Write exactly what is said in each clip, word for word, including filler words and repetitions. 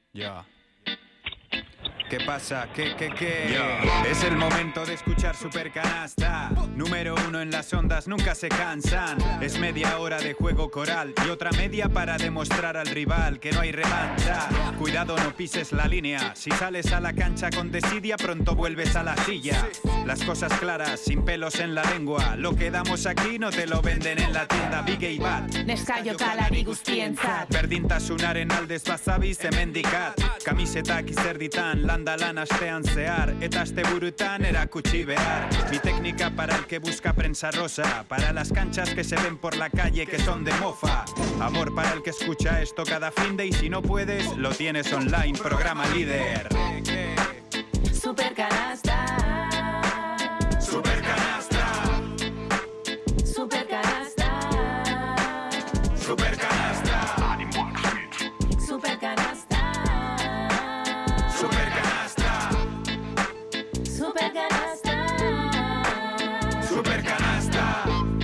Ya. ¿Qué pasa? ¿Qué, qué, qué? Yeah. Es el momento de escuchar Supercanasta. Número uno en las ondas, nunca se cansan. Es media hora de juego coral y otra media para demostrar al rival que no hay revancha. Cuidado, no pises la línea. Si sales a la cancha con desidia, pronto vuelves a la silla. Las cosas claras, sin pelos en la lengua. Lo que damos aquí no te lo venden en la tienda. Big y Bat. Neskaiokalari guztientzat. Berdintasunaren aldez bazabiz hemendikat. Kamisetak izerditan, landalan astean zehar. Eta asteburutan erakutsi behar. Mi técnica para el que busca prensa rosa. Para las canchas que se ven por la calle que son de mofa. Amor para el que escucha esto cada fin de. Y si no puedes, lo tienes online. Programa líder. Supercanasta. Supercanasta. Supercanasta. Supercanasta. Supercanasta. Supercanasta. Supercanasta. Supercanasta.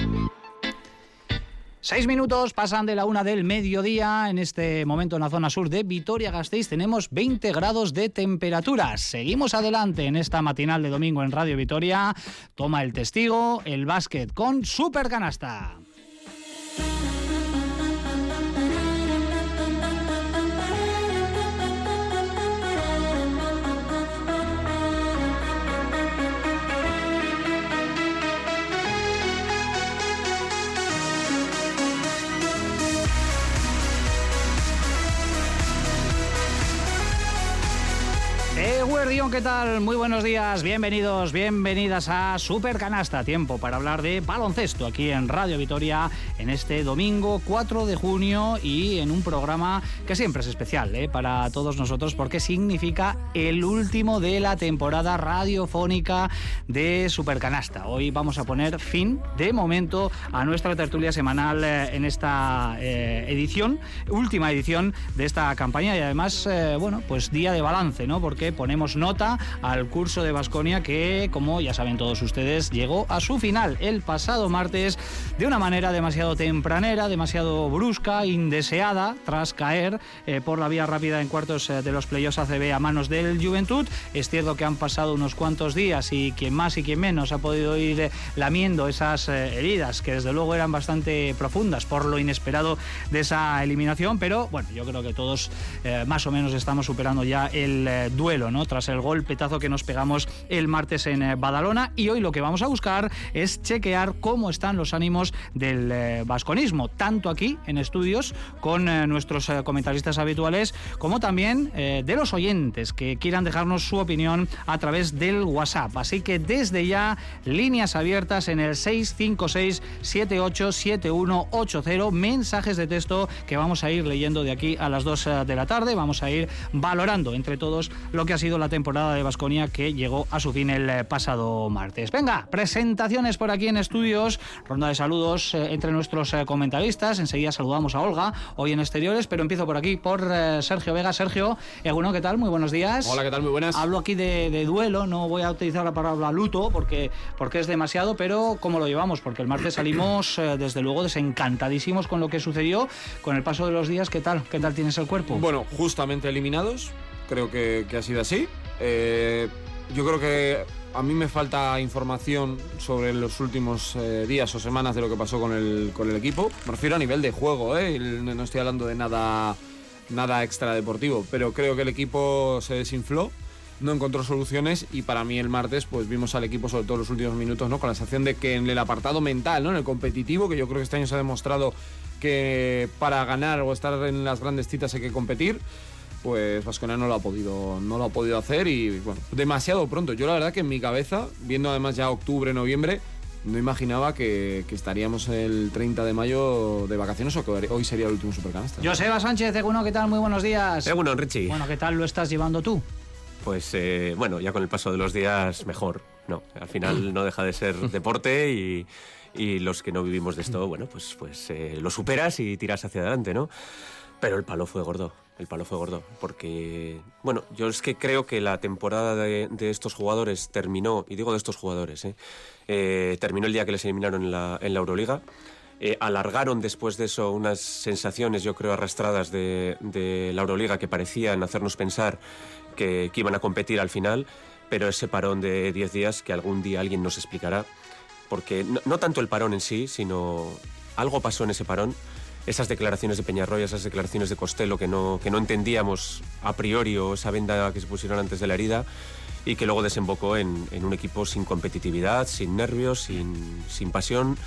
Seis minutos pasan de la una del mediodía. En este momento en la zona sur de Vitoria-Gasteiz tenemos veinte grados de temperatura. Seguimos adelante en esta matinal de domingo en Radio Vitoria. Toma el testigo, el básquet con Supercanasta. Eguerdión, ¿qué tal? Muy buenos días, bienvenidos, bienvenidas a Supercanasta. Tiempo para hablar de baloncesto aquí en Radio Vitoria en este domingo cuatro de junio y en un programa que siempre es especial ¿eh? para todos nosotros porque significa el último de la temporada radiofónica de Supercanasta. Hoy vamos a poner fin, de momento, a nuestra tertulia semanal eh, en esta eh, edición, última edición de esta campaña y además, eh, bueno, pues día de balance, ¿no? Porque ponemos nota al curso de Baskonia que, como ya saben todos ustedes, llegó a su final el pasado martes de una manera demasiado tempranera, demasiado brusca, indeseada, tras caer eh, por la vía rápida en cuartos eh, de los playoffs A C B a manos del Juventud. Es cierto que han pasado unos cuantos días y quien más y quien menos ha podido ir eh, lamiendo esas eh, heridas que desde luego eran bastante profundas por lo inesperado de esa eliminación, pero bueno, yo creo que todos eh, más o menos estamos superando ya el eh, duelo, ¿no? Tras el golpetazo que nos pegamos el martes en eh, Badalona, y hoy lo que vamos a buscar es chequear cómo están los ánimos del eh, vasconismo, tanto aquí en estudios con eh, nuestros eh, comentaristas habituales, como también eh, de los oyentes que quieran dejarnos su opinión a través del WhatsApp. Así que desde ya, líneas abiertas en el seis cinco seis, siete ocho siete uno ocho cero, mensajes de texto que vamos a ir leyendo de aquí a las dos de la tarde. Vamos a ir valorando entre todos lo que ha sido la temporada de Baskonia que llegó a su fin el pasado martes. Venga, presentaciones por aquí en estudios, ronda de saludos eh, entre nuestros eh, comentaristas. Enseguida saludamos a Olga, hoy en exteriores, pero empiezo por aquí por eh, Sergio Vega. Sergio, Eguno, ¿qué tal? Muy buenos días. Hola, ¿qué tal? Muy buenas. Hablo aquí de, de duelo, no voy a utilizar la palabra luto porque, porque es demasiado, pero ¿cómo lo llevamos? Porque el martes salimos eh, desde luego desencantadísimos con lo que sucedió. Con el paso de los días, ¿qué tal? ¿Qué tal tienes el cuerpo? Bueno, justamente eliminados, creo que, que ha sido así. Eh, yo creo que a mí me falta información sobre los últimos eh, días o semanas de lo que pasó con el, con el equipo. Me refiero a nivel de juego, ¿eh? No estoy hablando de nada, nada extradeportivo, pero creo que el equipo se desinfló, no encontró soluciones y para mí el martes pues vimos al equipo, sobre todo en los últimos minutos, ¿no? Con la sensación de que en el apartado mental, ¿no? En el competitivo, que yo creo que este año se ha demostrado que para ganar o estar en las grandes citas hay que competir. Pues Baskonia no lo ha podido, no lo ha podido hacer y bueno, demasiado pronto. Yo la verdad que en mi cabeza, viendo además ya octubre, noviembre, no imaginaba que, que estaríamos el treinta de mayo de vacaciones o que hoy sería el último Supercanasta. Joseba Sánchez, Eguno, ¿qué tal? Muy buenos días. Eguno, Richie. Bueno, ¿qué tal lo estás llevando tú? Pues eh, bueno, ya con el paso de los días mejor, ¿no? Al final no deja de ser deporte y, y los que no vivimos de esto, bueno, pues, pues eh, lo superas y tiras hacia adelante, ¿no? Pero el palo fue gordo. El palo fue gordo, porque, bueno, yo es que creo que la temporada de, de estos jugadores terminó, y digo de estos jugadores, ¿eh? Eh, terminó el día que les eliminaron en la, en la Euroliga, Eh, alargaron después de eso unas sensaciones, yo creo, arrastradas de, de la Euroliga que parecían hacernos pensar que, que iban a competir al final, pero ese parón de diez días que algún día alguien nos explicará, porque no, no tanto el parón en sí, sino algo pasó en ese parón, esas declaraciones de Peñarroya, esas declaraciones de Costello que no, que no entendíamos a priori, o esa venda que se pusieron antes de la herida, y que luego desembocó en, en un equipo sin competitividad, sin nervios, sin, sin pasión.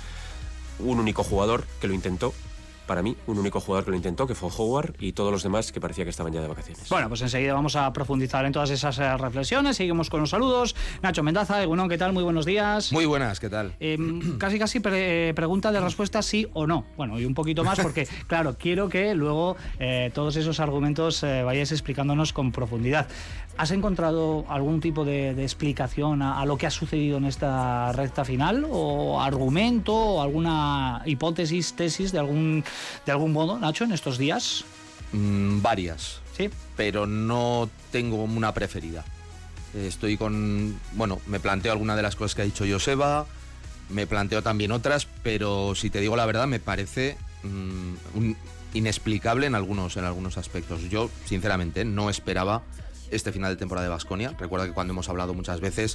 Un único jugador que lo intentó, para mí, un único jugador que lo intentó, que fue Howard, y todos los demás que parecía que estaban ya de vacaciones. Bueno, pues enseguida vamos a profundizar en todas esas eh, reflexiones. Seguimos con los saludos. Nacho Mendaza, Egunon, ¿qué tal? Muy buenos días. Muy buenas, ¿qué tal? Eh, casi casi pre pregunta de respuesta sí o no. Bueno, y un poquito más porque, claro, quiero que luego eh, todos esos argumentos eh, vayáis explicándonos con profundidad. ¿Has encontrado algún tipo de, de explicación a, a lo que ha sucedido en esta recta final? ¿O argumento o alguna hipótesis, tesis de algún, de algún modo, Nacho, en estos días? Mm, varias. Sí. Pero no tengo una preferida. Estoy con... Bueno, me planteo alguna de las cosas que ha dicho Joseba, me planteo también otras, pero si te digo la verdad, me parece mm, un, inexplicable en algunos, en algunos aspectos. Yo, sinceramente, no esperaba este final de temporada de Baskonia. Recuerda que cuando hemos hablado muchas veces,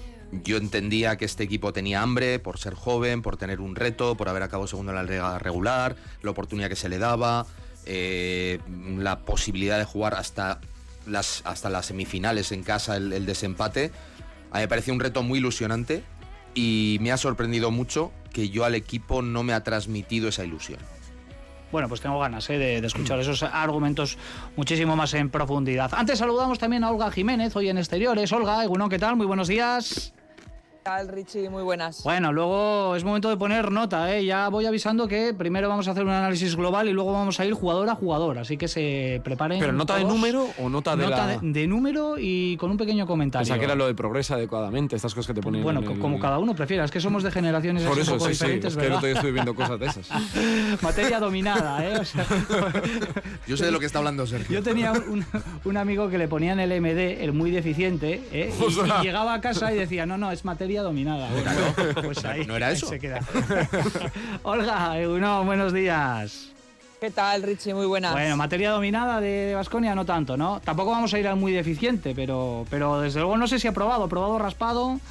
yo entendía que este equipo tenía hambre por ser joven, por tener un reto, por haber acabado segundo en la liga regular, la oportunidad que se le daba, eh, la posibilidad de jugar hasta las, hasta las semifinales en casa, el, el desempate. A mí me parecía un reto muy ilusionante y me ha sorprendido mucho que yo al equipo no me ha transmitido esa ilusión. Bueno, pues tengo ganas ¿eh? de, de escuchar esos argumentos muchísimo más en profundidad. Antes saludamos también a Olga Jiménez, hoy en Exteriores. Olga, Egunon, ¿qué tal? Muy buenos días. ¿Qué tal, Richie? Muy buenas. Bueno, luego es momento de poner nota, ¿eh? Ya voy avisando que primero vamos a hacer un análisis global y luego vamos a ir jugador a jugador, así que se preparen. ¿Pero nota todos. de número o nota de nota la...? de, de número y con un pequeño comentario. O sea, que era lo de progresa adecuadamente, estas cosas que te ponen Bueno, en el... como cada uno prefiera, es que somos de generaciones Por así eso, un poco sí, sí, diferentes, es que ¿verdad? el otro día estuve viendo cosas de esas. Materia dominada, ¿eh? O sea, Yo sé de lo que está hablando Sergio. yo tenía un, un amigo que le ponían el M D, el muy deficiente, ¿eh? y, O sea. y llegaba a casa y decía, no, no, es materia dominada. Bueno, pues ahí, ¿No era ahí eso? se queda. Olga, no, buenos días. ¿Qué tal, Richie? Muy buenas. Bueno, materia dominada de Baskonia no tanto, ¿no? Tampoco vamos a ir al muy deficiente, pero, pero desde luego no sé si ha probado, probado raspado.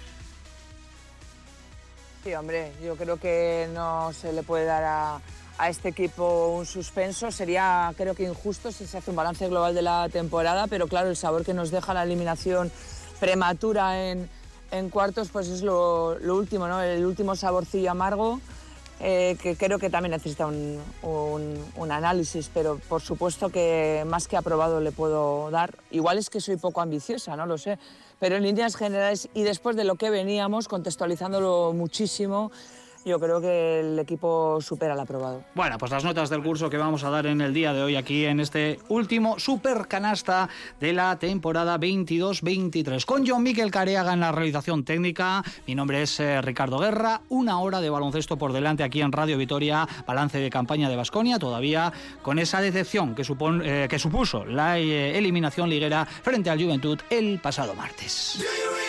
Sí, hombre, yo creo que no se le puede dar a, a este equipo un suspenso. Sería, creo que injusto si se hace un balance global de la temporada, pero claro, el sabor que nos deja la eliminación prematura en, en cuartos, pues es lo, lo último, ¿no? El último saborcillo amargo. Eh, que creo que también necesita un, un, un análisis, pero por supuesto que más que aprobado le puedo dar. Igual es que soy poco ambiciosa, no lo sé, pero en líneas generales y después de lo que veníamos, contextualizándolo muchísimo, yo creo que el equipo supera el aprobado. Bueno, pues las notas del curso que vamos a dar en el día de hoy aquí en este último super canasta de la temporada veintidós veintitrés. Con John Miquel Careaga en la realización técnica. Mi nombre es eh, Ricardo Guerra. Una hora de baloncesto por delante aquí en Radio Vitoria. Balance de campaña de Baskonia, todavía con esa decepción que, supon, eh, que supuso la eh, eliminación liguera frente al Juventud el pasado martes.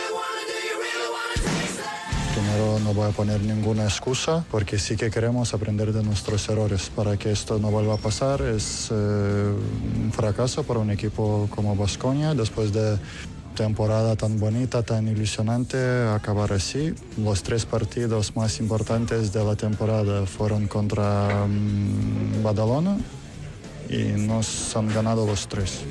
Primero no voy a poner ninguna excusa porque sí que queremos aprender de nuestros errores para que esto no vuelva a pasar. Es eh, un fracaso para un equipo como Baskonia después de temporada tan bonita, tan ilusionante, acabar así. Los tres partidos más importantes de la temporada fueron contra um, Badalona y nos han ganado los tres.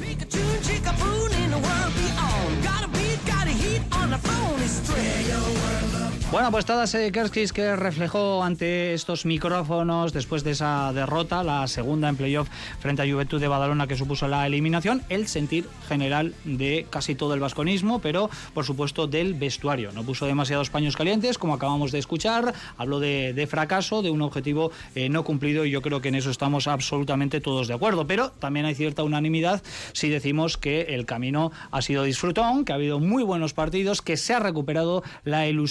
Bueno, pues Tadas Kerskis, que reflejó ante estos micrófonos después de esa derrota, la segunda en playoff frente a Juventud de Badalona que supuso la eliminación, el sentir general de casi todo el vasconismo, pero por supuesto del vestuario. No puso demasiados paños calientes, como acabamos de escuchar, habló de, de fracaso, de un objetivo eh, no cumplido, y yo creo que en eso estamos absolutamente todos de acuerdo, pero también hay cierta unanimidad si decimos que el camino ha sido disfrutón, que ha habido muy buenos partidos, que se ha recuperado la ilusión, que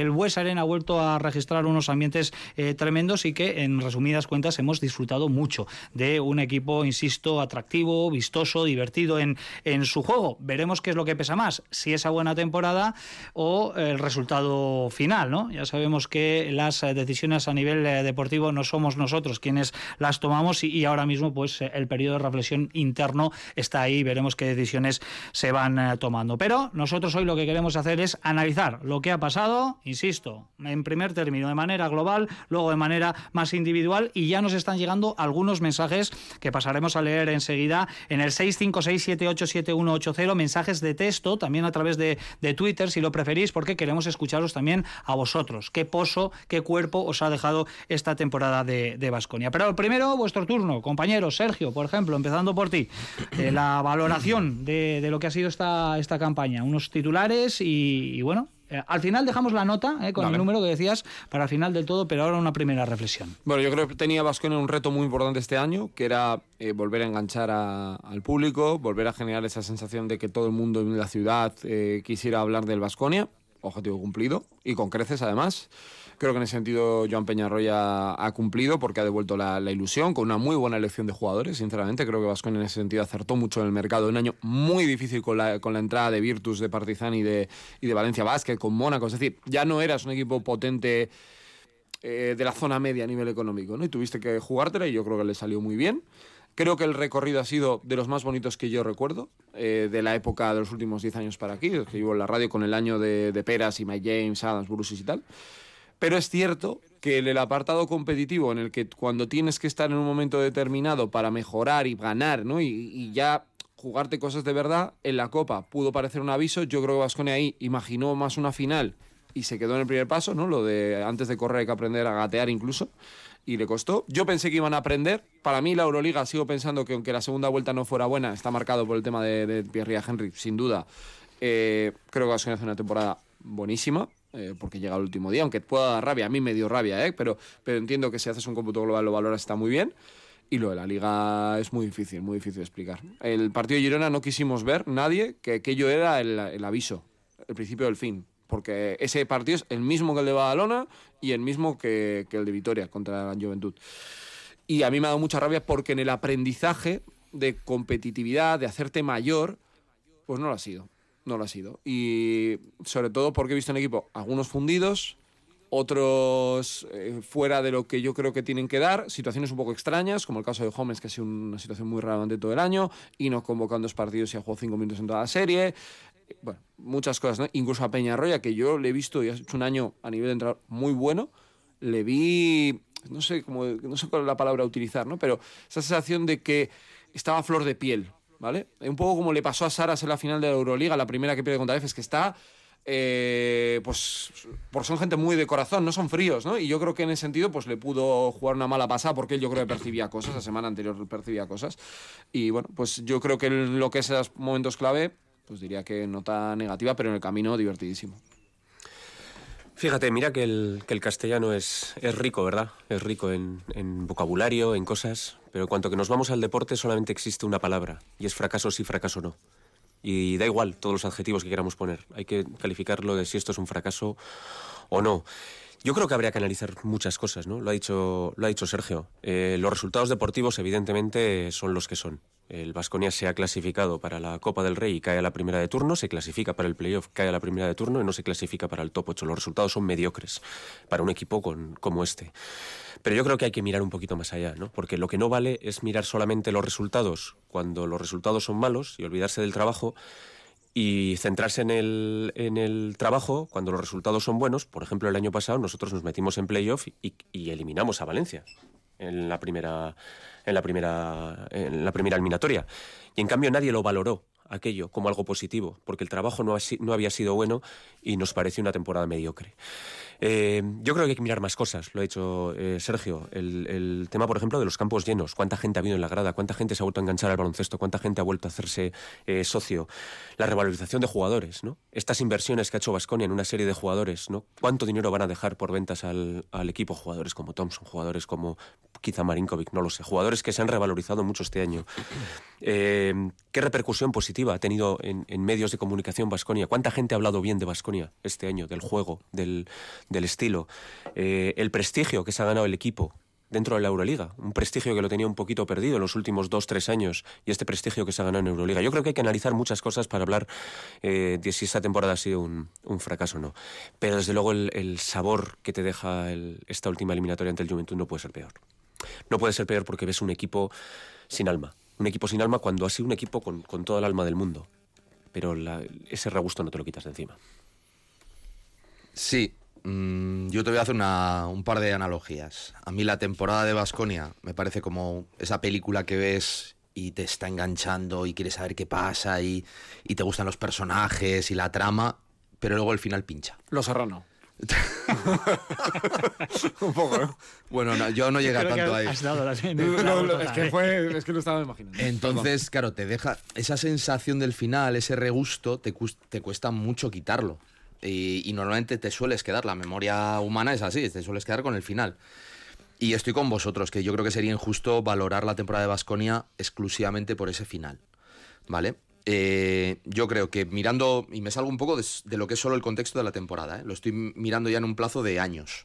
el Buesa Arena ha vuelto a registrar unos ambientes eh, tremendos y que, en resumidas cuentas, hemos disfrutado mucho de un equipo, insisto, atractivo, vistoso, divertido en, en su juego. Veremos qué es lo que pesa más, si esa buena temporada o el resultado final, ¿no? Ya sabemos que las decisiones a nivel eh, deportivo no somos nosotros quienes las tomamos y, y ahora mismo pues el periodo de reflexión interno está ahí, veremos qué decisiones se van eh, tomando. Pero nosotros hoy lo que queremos hacer es analizar lo que ha pasado, insisto, en primer término de manera global, luego de manera más individual, y ya nos están llegando algunos mensajes que pasaremos a leer enseguida en el seis cinco seis siete ocho siete uno ocho cero, mensajes de texto, también a través de, de Twitter si lo preferís, porque queremos escucharos también a vosotros. ¿Qué pozo, qué cuerpo os ha dejado esta temporada de Baskonia? Pero primero, vuestro turno, compañeros. Sergio, por ejemplo, empezando por ti, eh, la valoración de, de lo que ha sido esta, esta campaña, unos titulares y, y bueno, eh, al final dejamos la nota eh, con vale. el número que decías para el final del todo, pero ahora una primera reflexión. Bueno, yo creo que tenía Baskonia un reto muy importante este año, que era eh, volver a enganchar a, al público, volver a generar esa sensación de que todo el mundo en la ciudad eh, quisiera hablar del Baskonia. Objetivo cumplido, y con creces además. Creo que en ese sentido Joan Peñarroya ha cumplido, porque ha devuelto la, la ilusión con una muy buena elección de jugadores. Sinceramente creo que Baskonia en ese sentido acertó mucho en el mercado. Un año muy difícil con la, con la entrada de Virtus, de Partizan y de, y de Valencia Basket, con Mónaco. Es decir, ya no eras un equipo potente eh, de la zona media a nivel económico, ¿no? Y tuviste que jugártela, y yo creo que le salió muy bien. Creo que el recorrido ha sido de los más bonitos que yo recuerdo, eh, de la época de los últimos diez años para aquí, que llevo en la radio con el año de, de Peras y Mike James, Adams, Brusis y tal. Pero es cierto que el apartado competitivo, en el que cuando tienes que estar en un momento determinado para mejorar y ganar, ¿no? y, y ya jugarte cosas de verdad, en la Copa pudo parecer un aviso. Yo creo que Baskonia ahí imaginó más una final y se quedó en el primer paso, ¿no? Lo de antes de correr hay que aprender a gatear incluso. Y le costó. Yo pensé que iban a aprender. Para mí la Euroliga, sigo pensando que aunque la segunda vuelta no fuera buena, está marcado por el tema de, de Pierre Henry, sin duda. Eh, creo que Baskonia hace una temporada buenísima, eh, porque llega el último día, aunque pueda dar rabia. A mí me dio rabia, ¿eh? pero, pero entiendo que si haces un cómputo global lo valoras, está muy bien. Y lo de la Liga es muy difícil, muy difícil de explicar. El partido de Girona no quisimos ver nadie que aquello era el, el aviso, el principio del fin. Porque ese partido es el mismo que el de Badalona y el mismo que, que el de Vitoria contra la Juventud. Y a mí me ha dado mucha rabia porque en el aprendizaje de competitividad, de hacerte mayor, pues no lo ha sido. No lo ha sido. Y sobre todo porque he visto en equipo algunos fundidos, otros eh, fuera de lo que yo creo que tienen que dar, situaciones un poco extrañas, como el caso de Homes, que ha sido una situación muy rara durante todo el año, y nos convocando dos partidos y ha jugado cinco minutos en toda la serie. Bueno, muchas cosas, ¿no? Incluso a Peñarroya, que yo le he visto y ha hecho un año a nivel de entrenador muy bueno, le vi, no sé cómo, no sé cuál es la palabra a utilizar, ¿no? Pero esa sensación de que estaba a flor de piel, ¿vale? Un poco como le pasó a Saras en la final de la Euroliga, la primera que pierde contra Efes, que está, eh, pues, pues son gente muy de corazón, no son fríos, ¿no? Y yo creo que en ese sentido, pues le pudo jugar una mala pasada, porque él yo creo que percibía cosas, la semana anterior percibía cosas. Y bueno, pues yo creo que en lo que es esos momentos clave, pues diría que nota negativa, pero en el camino divertidísimo. Fíjate, mira que el, que el castellano es, es rico, ¿verdad? Es rico en, en vocabulario, en cosas, pero en cuanto que nos vamos al deporte solamente existe una palabra, y es fracaso sí, fracaso no. Y da igual todos los adjetivos que queramos poner, hay que calificarlo de si esto es un fracaso o no. Yo creo que habría que analizar muchas cosas, ¿no? Lo ha dicho, lo ha dicho Sergio. Eh, los resultados deportivos, evidentemente, son los que son. El Baskonia se ha clasificado para la Copa del Rey y cae a la primera de turno, se clasifica para el playoff, cae a la primera de turno y no se clasifica para el top ocho. Los resultados son mediocres para un equipo con, como este. Pero yo creo que hay que mirar un poquito más allá, ¿no? Porque lo que no vale es mirar solamente los resultados cuando los resultados son malos y olvidarse del trabajo, y centrarse en el, en el trabajo cuando los resultados son buenos. Por ejemplo, el año pasado nosotros nos metimos en playoff y, y eliminamos a Valencia en la primera en la primera en la primera eliminatoria, y en cambio nadie lo valoró aquello como algo positivo, porque el trabajo no, ha, no había sido bueno y nos pareció una temporada mediocre. Eh, yo creo que hay que mirar más cosas, lo ha dicho eh, Sergio. El, el tema, por ejemplo, de los campos llenos. ¿Cuánta gente ha habido en la grada? ¿Cuánta gente se ha vuelto a enganchar al baloncesto? ¿Cuánta gente ha vuelto a hacerse eh, socio? La revalorización de jugadores, ¿no? Estas inversiones que ha hecho Baskonia en una serie de jugadores, ¿no? ¿Cuánto dinero van a dejar por ventas al, al equipo? Jugadores como Thompson, jugadores como quizá Marinkovic, no lo sé. Jugadores que se han revalorizado mucho este año. Eh, ¿Qué repercusión positiva ha tenido en, en medios de comunicación Baskonia? ¿Cuánta gente ha hablado bien de Baskonia este año? Del juego, del... del estilo, eh, el prestigio que se ha ganado el equipo dentro de la Euroliga, un prestigio que lo tenía un poquito perdido en los últimos dos, tres años, y este prestigio que se ha ganado en Euroliga. Yo creo que hay que analizar muchas cosas para hablar eh, de si esta temporada ha sido un, un fracaso o no. Pero desde luego el, el sabor que te deja el, esta última eliminatoria ante el Juventud no puede ser peor. No puede ser peor porque ves un equipo sin alma. Un equipo sin alma cuando ha sido un equipo con, con toda el alma del mundo. Pero la, ese regusto no te lo quitas de encima. Sí. Yo te voy a hacer una, un par de analogías. A mí la temporada de Baskonia me parece como esa película que ves y te está enganchando y quieres saber qué pasa y, y te gustan los personajes y la trama, pero luego el final pincha. Los Serrano. Un poco, ¿eh? Bueno, no, yo no llegué a tanto ahí. Has dado la no, no, es, que fue, es que lo estaba imaginando. Entonces, claro, te deja esa sensación del final, ese regusto, te, te cuesta mucho quitarlo. Y, y normalmente te sueles quedar, la memoria humana es así, te sueles quedar con el final. Y estoy con vosotros, que yo creo que sería injusto valorar la temporada de Baskonia exclusivamente por ese final, ¿vale? Eh, yo creo que mirando, y me salgo un poco de, de lo que es solo el contexto de la temporada, ¿eh? Lo estoy mirando ya en un plazo de años.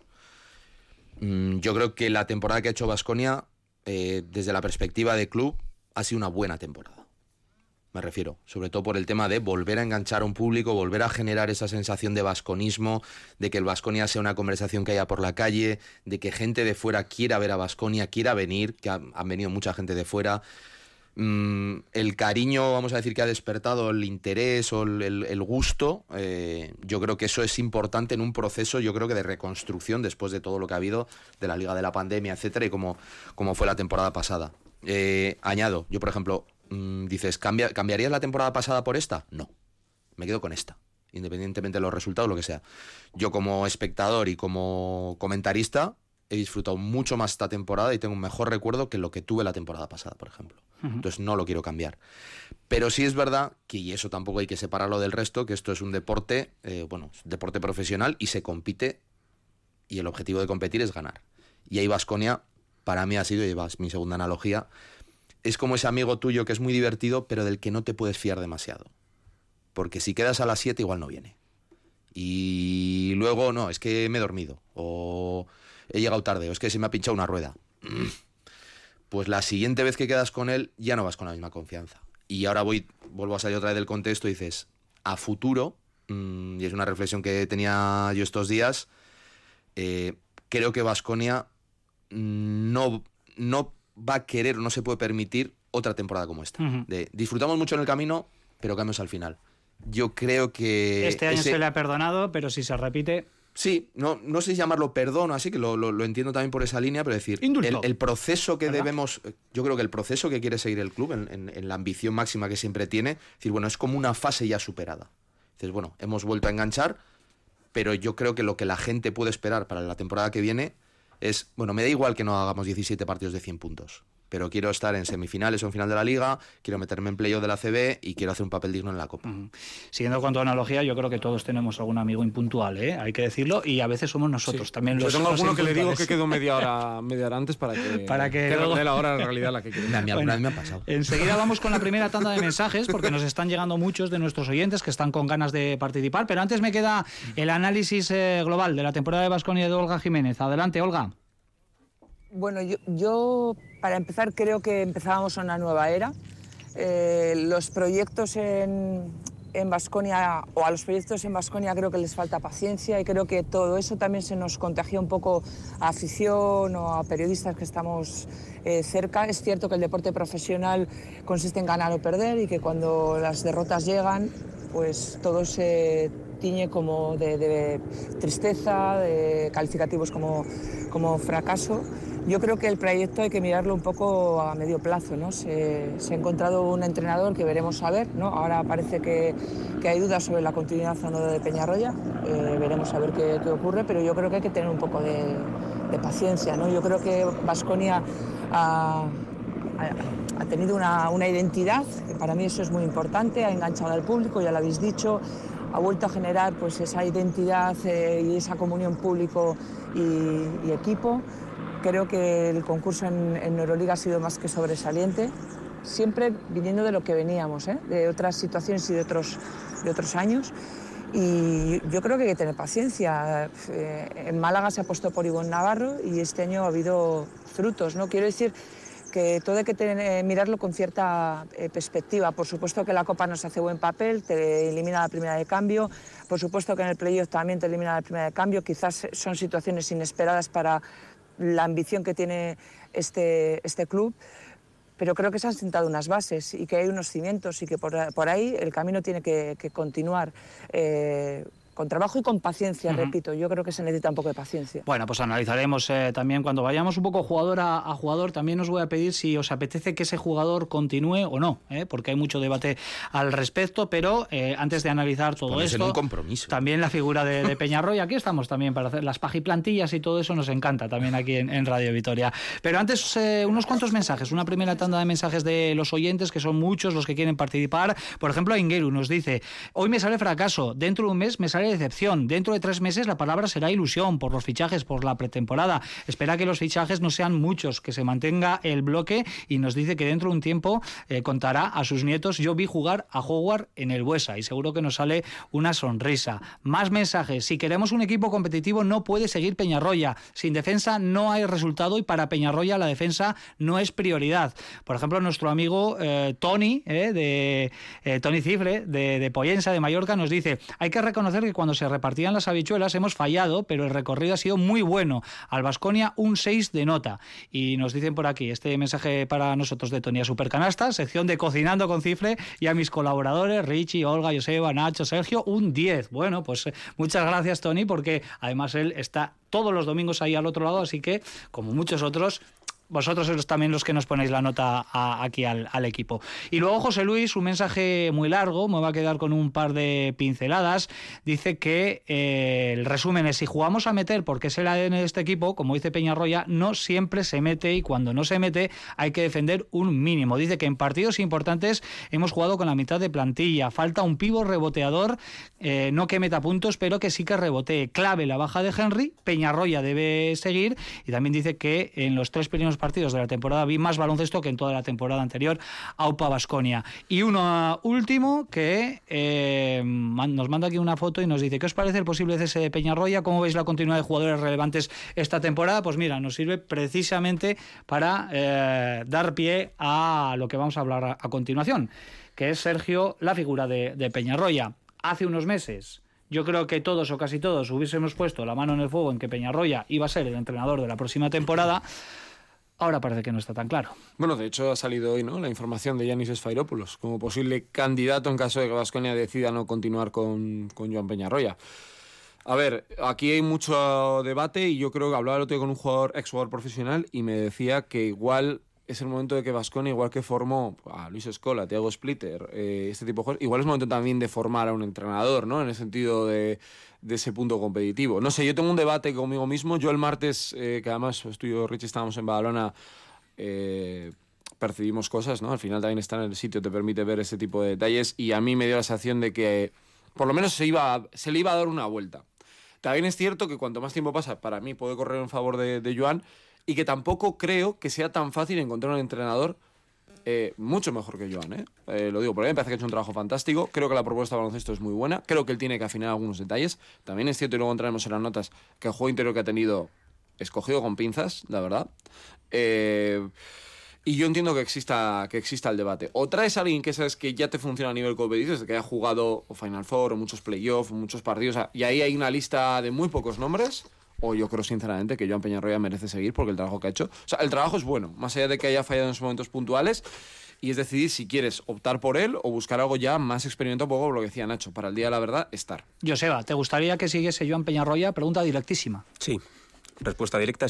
Mm, yo creo que la temporada que ha hecho Baskonia, eh, desde la perspectiva de club, ha sido una buena temporada. Me refiero, sobre todo por el tema de volver a enganchar a un público, volver a generar esa sensación de baskonismo, de que el Baskonia sea una conversación que haya por la calle, de que gente de fuera quiera ver a Baskonia, quiera venir, que ha, han venido mucha gente de fuera. Mm, el cariño, vamos a decir, que ha despertado el interés o el, el, el gusto, eh, yo creo que eso es importante en un proceso, yo creo que de reconstrucción después de todo lo que ha habido de la Liga de la Pandemia, etcétera, y como, como fue la temporada pasada. Eh, añado, yo por ejemplo... Dices, ¿cambia, ¿cambiarías la temporada pasada por esta? No, me quedo con esta, independientemente de los resultados, lo que sea. Yo como espectador y como comentarista he disfrutado mucho más esta temporada y tengo un mejor recuerdo que lo que tuve la temporada pasada, por ejemplo. Uh-huh. Entonces no lo quiero cambiar. Pero sí es verdad que, y eso tampoco hay que separarlo del resto, que esto es un deporte, eh, bueno, es un deporte profesional y se compite, y el objetivo de competir es ganar. Y ahí Baskonia, para mí ha sido, y va, es mi segunda analogía, es como ese amigo tuyo que es muy divertido, pero del que no te puedes fiar demasiado. Porque si quedas a las siete igual no viene. Y luego, no, es que me he dormido. O he llegado tarde. O es que se me ha pinchado una rueda. Pues la siguiente vez que quedas con él, ya no vas con la misma confianza. Y ahora voy, vuelvo a salir otra vez del contexto y dices, a futuro, mmm, y es una reflexión que tenía yo estos días, eh, creo que Baskonia no... no va a querer o no se puede permitir otra temporada como esta. Uh-huh. De, disfrutamos mucho en el camino, pero cambios al final. Yo creo que... Este año ese... se le ha perdonado, pero si se repite... Sí, no, no sé si llamarlo perdón, así que lo, lo, lo entiendo también por esa línea, pero decir, el, el proceso que ¿verdad? debemos... Yo creo que el proceso que quiere seguir el club, en, en, en la ambición máxima que siempre tiene, es decir, bueno, es como una fase ya superada. Dices, bueno, hemos vuelto a enganchar, pero yo creo que lo que la gente puede esperar para la temporada que viene es, bueno, me da igual que no hagamos diecisiete partidos de cien puntos, pero quiero estar en semifinales o en final de la Liga, quiero meterme en playoff de la A C B y quiero hacer un papel digno en la Copa. Uh-huh. Siguiendo con tu analogía, yo creo que todos tenemos algún amigo impuntual, ¿eh? Hay que decirlo, y a veces somos nosotros sí. también yo los Yo tengo alguno que le digo que quedo media hora, media hora antes para que, para que, que luego... dé la hora en realidad la que quiero. A mí alguna vez me ha pasado. Enseguida vamos con la primera tanda de mensajes, porque nos están llegando muchos de nuestros oyentes que están con ganas de participar, pero antes me queda el análisis eh, global de la temporada de Baskonia de Olga Jiménez. Adelante, Olga. Bueno, yo, yo para empezar creo que empezábamos una nueva era. Eh, los proyectos en en Baskonia, o a los proyectos en Baskonia creo que les falta paciencia y creo que todo eso también se nos contagia un poco a afición o a periodistas que estamos eh, cerca. Es cierto que el deporte profesional consiste en ganar o perder y que cuando las derrotas llegan, pues todo se tiñe como de, de tristeza, de calificativos como, como fracaso. Yo creo que el proyecto hay que mirarlo un poco a medio plazo, ¿no? Se, se ha encontrado un entrenador que veremos a ver, ¿no? Ahora parece que, que hay dudas sobre la continuidad o no de Peñarroya, eh, veremos a ver qué, qué ocurre, pero yo creo que hay que tener un poco de, de paciencia, ¿no? Yo creo que Baskonia ha, ha, ha tenido una, una identidad, que para mí eso es muy importante, ha enganchado al público, ya lo habéis dicho, ha vuelto a generar pues, esa identidad eh, y esa comunión público y, y equipo. Creo que el concurso en, en Euroliga ha sido más que sobresaliente, siempre viniendo de lo que veníamos, ¿eh? De otras situaciones y de otros, de otros años. Y yo creo que hay que tener paciencia. Eh, en Málaga se ha puesto por Ivonne Navarro y este año ha habido frutos, ¿no? Quiero decir que todo hay que tener, mirarlo con cierta eh, perspectiva. Por supuesto que la Copa nos hace buen papel, te elimina la primera de cambio. Por supuesto que en el playoff también te elimina la primera de cambio. Quizás son situaciones inesperadas para la ambición que tiene este, este club, pero creo que se han sentado unas bases y que hay unos cimientos y que por, por ahí el camino tiene que, que continuar. Eh, con trabajo y con paciencia, uh-huh. repito, yo creo que se necesita un poco de paciencia. Bueno, pues analizaremos eh, también cuando vayamos un poco jugador a, a jugador, también os voy a pedir si os apetece que ese jugador continúe o no, ¿eh? Porque hay mucho debate al respecto, pero eh, antes de analizar todo Pones esto, en un compromiso. También la figura de, de Peñarroya, aquí estamos también para hacer las pagiplantillas y todo eso nos encanta también aquí en, en Radio Vitoria. Pero antes, eh, unos cuantos mensajes, una primera tanda de mensajes de los oyentes, que son muchos los que quieren participar. Por ejemplo, Ingeru nos dice: hoy me sale fracaso, dentro de un mes me sale decepción, dentro de tres meses la palabra será ilusión por los fichajes, por la pretemporada. Espera que los fichajes no sean muchos, que se mantenga el bloque, y nos dice que dentro de un tiempo eh, contará a sus nietos: yo vi jugar a Howard en el Buesa, y seguro que nos sale una sonrisa. Más mensajes: si queremos un equipo competitivo no puede seguir Peñarroya, sin defensa no hay resultado y para Peñarroya la defensa no es prioridad. Por ejemplo, nuestro amigo eh, Tony, eh, de eh, Tony Cifre, de, de Pollensa, de Mallorca, nos dice: hay que reconocer que cuando se repartían las habichuelas hemos fallado, pero el recorrido ha sido muy bueno. Al Baskonia un seis de nota. Y nos dicen por aquí, este mensaje para nosotros de Tony: a Supercanasta, sección de Cocinando con Cifre, y a mis colaboradores Richie, Olga, Joseba, Nacho, Sergio, un diez. Bueno, pues muchas gracias, Tony, porque además él está todos los domingos ahí al otro lado, así que, como muchos otros, vosotros sois también los que nos ponéis la nota a, aquí al, al equipo. Y luego José Luis, un mensaje muy largo, me va a quedar con un par de pinceladas. Dice que eh, el resumen es: si jugamos a meter, porque es el A D N de este equipo, como dice Peñarroya, no siempre se mete, y cuando no se mete hay que defender un mínimo. Dice que en partidos importantes hemos jugado con la mitad de plantilla, falta un pívot reboteador, eh, no que meta puntos, pero que sí que rebotee. Clave la baja de Henry, Peñarroya debe seguir, y también dice que en los tres primeros partidos de la temporada vi más baloncesto que en toda la temporada anterior. Aupa Baskonia. Y uno último que eh, nos manda aquí una foto y nos dice: ¿qué os parece el posible cese de Peñarroya? ¿Cómo veis la continuidad de jugadores relevantes esta temporada? Pues mira, nos sirve precisamente para eh, dar pie a lo que vamos a hablar a, a continuación, que es Sergio, la figura de, de Peñarroya. Hace unos meses yo creo que todos o casi todos hubiésemos puesto la mano en el fuego en que Peñarroya iba a ser el entrenador de la próxima temporada. Ahora parece que no está tan claro. Bueno, de hecho ha salido hoy, ¿no?, la información de Yanis Sfairopoulos como posible candidato en caso de que Baskonia decida no continuar con, con Joan Peñarroya. A ver, aquí hay mucho debate y yo creo que hablaba el otro día con un jugador, exjugador profesional, y me decía que igual es el momento de que Baskonia, igual que formó a Luis Escola, a Thiago Splitter, eh, este tipo de jugadores, igual es momento también de formar a un entrenador, ¿no?, en el sentido de, de ese punto competitivo. No sé, yo tengo un debate conmigo mismo. Yo el martes, eh, que además tú y yo, Richie, estábamos en Badalona, eh, percibimos cosas, ¿no? Al final también estar en el sitio te permite ver ese tipo de detalles, y a mí me dio la sensación de que por lo menos se, iba a, se le iba a dar una vuelta. También es cierto que cuanto más tiempo pasa, para mí puede correr en favor de, de Joan, y que tampoco creo que sea tan fácil encontrar un entrenador eh, mucho mejor que Joan, ¿eh? Eh, lo digo porque a mí me parece que ha hecho un trabajo fantástico. Creo que la propuesta de baloncesto es muy buena. Creo que él tiene que afinar algunos detalles. También es cierto, y luego entraremos en las notas, que el juego interior que ha tenido, escogido con pinzas, la verdad. Eh, y yo entiendo que exista, que exista el debate. O traes a alguien que sabes que ya te funciona a nivel competitivo, desde que haya jugado o Final Four, o muchos playoffs, o muchos partidos, o sea, y ahí hay una lista de muy pocos nombres. O yo creo sinceramente que Joan Peñarroya merece seguir porque el trabajo que ha hecho... O sea, el trabajo es bueno, más allá de que haya fallado en sus momentos puntuales, y es decidir si quieres optar por él o buscar algo ya más experimentado, un poco lo que decía Nacho, para el día de la verdad, estar. Joseba, ¿te gustaría que siguiese Joan Peñarroya? Pregunta directísima. Sí, respuesta directa sí.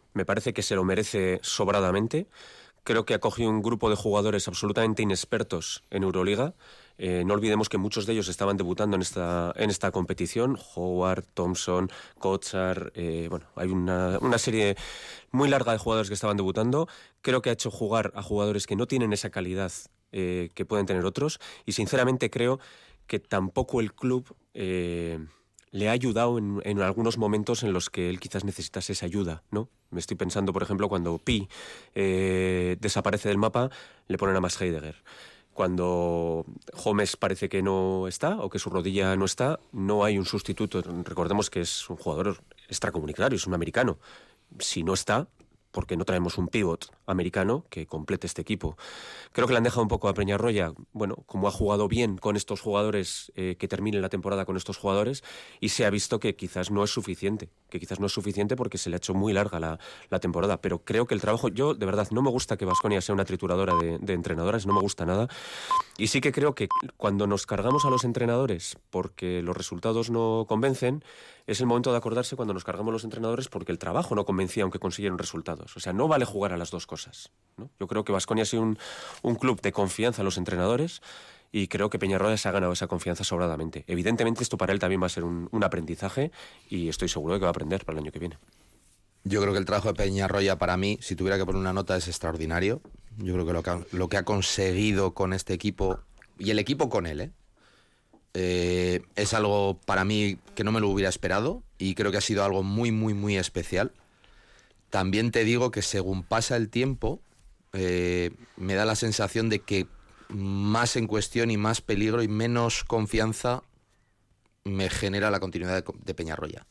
me parece que se lo merece sobradamente. Creo que ha cogido un grupo de jugadores absolutamente inexpertos en Euroliga. Eh, no olvidemos que muchos de ellos estaban debutando en esta, en esta competición. Howard, Thompson, Kotsar, eh, bueno, hay una, una serie muy larga de jugadores que estaban debutando. Creo que ha hecho jugar a jugadores que no tienen esa calidad eh, que pueden tener otros. Y sinceramente creo que tampoco el club eh, le ha ayudado en, en algunos momentos en los que él quizás necesitase esa ayuda, ¿no? Me estoy pensando, por ejemplo, cuando Pi eh, desaparece del mapa, le ponen a Max Heidegger. Cuando Holmes parece que no está o que su rodilla no está, no hay un sustituto. Recordemos que es un jugador extracomunitario, es un americano. Si no está, porque no traemos un pivot americano que complete este equipo. Creo que le han dejado un poco a Peñarroya, bueno, como ha jugado bien con estos jugadores, eh, que termine la temporada con estos jugadores, y se ha visto que quizás no es suficiente, que quizás no es suficiente porque se le ha hecho muy larga la, la temporada, pero creo que el trabajo, yo de verdad no me gusta que Baskonia sea una trituradora de, de entrenadores, no me gusta nada, y sí que creo que cuando nos cargamos a los entrenadores porque los resultados no convencen, es el momento de acordarse cuando nos cargamos los entrenadores porque el trabajo no convencía aunque consiguieron resultados. O sea, no vale jugar a las dos cosas, ¿no? Yo creo que Baskonia ha sido un, un club de confianza a los entrenadores y creo que Peñarroya se ha ganado esa confianza sobradamente. Evidentemente esto para él también va a ser un, un aprendizaje y estoy seguro de que va a aprender para el año que viene. Yo creo que el trabajo de Peñarroya para mí, si tuviera que poner una nota, es extraordinario. Yo creo que lo que ha, lo que ha conseguido con este equipo, y el equipo con él, ¿eh? Eh, es algo para mí que no me lo hubiera esperado y creo que ha sido algo muy, muy, muy especial. También te digo que según pasa el tiempo, eh, me da la sensación de que más en cuestión y más peligro y menos confianza me genera la continuidad de, de Peñarroya.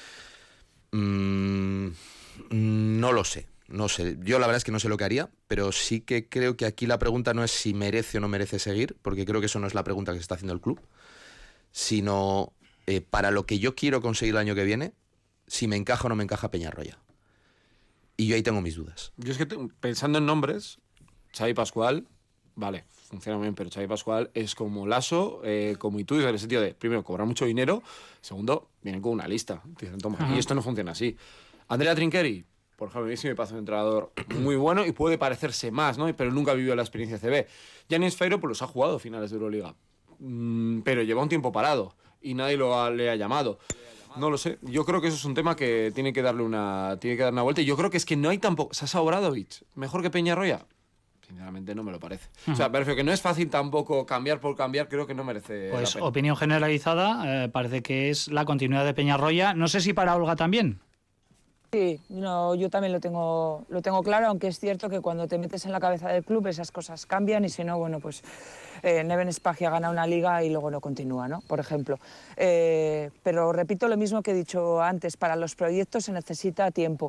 Mm, no lo sé, no sé. Yo la verdad es que no sé lo que haría, pero sí que creo que aquí la pregunta no es si merece o no merece seguir, porque creo que eso no es la pregunta que se está haciendo el club, sino eh, para lo que yo quiero conseguir el año que viene, si me encaja o no me encaja Peñarroya. Y yo ahí tengo mis dudas. Yo es que te, pensando en nombres, Xavi Pascual, vale, funciona bien, pero Xavi Pascual es como Lasso, eh, como Itúi, en el sentido de, primero, cobrar mucho dinero, segundo, vienen con una lista. Dicen, toma, y esto no funciona así. Andrea Trincheri, por ejemplo, a mí sí me parece un entrenador muy bueno y puede parecerse más, ¿no? Pero nunca vivió la experiencia C B. Giannis Feiro, pues los ha jugado finales de Euroliga, mm, pero lleva un tiempo parado y nadie lo ha, le ha llamado. No lo sé. Yo creo que eso es un tema que tiene que darle una, tiene que dar una vuelta. Y yo creo que es que no hay tampoco... Sasa Obradovic, mejor que Peñarroya. Sinceramente no me lo parece. Uh-huh. O sea, parece que no es fácil tampoco cambiar por cambiar, creo que no merece Pues la pena. Opinión generalizada, eh, parece que es la continuidad de Peñarroya. No sé si para Olga también. Sí, no, yo también lo tengo, lo tengo claro, aunque es cierto que cuando te metes en la cabeza del club esas cosas cambian y si no, bueno, pues eh, Neven Spagia gana una liga y luego no continúa, ¿no? Por ejemplo. Eh, pero repito lo mismo que he dicho antes, para los proyectos se necesita tiempo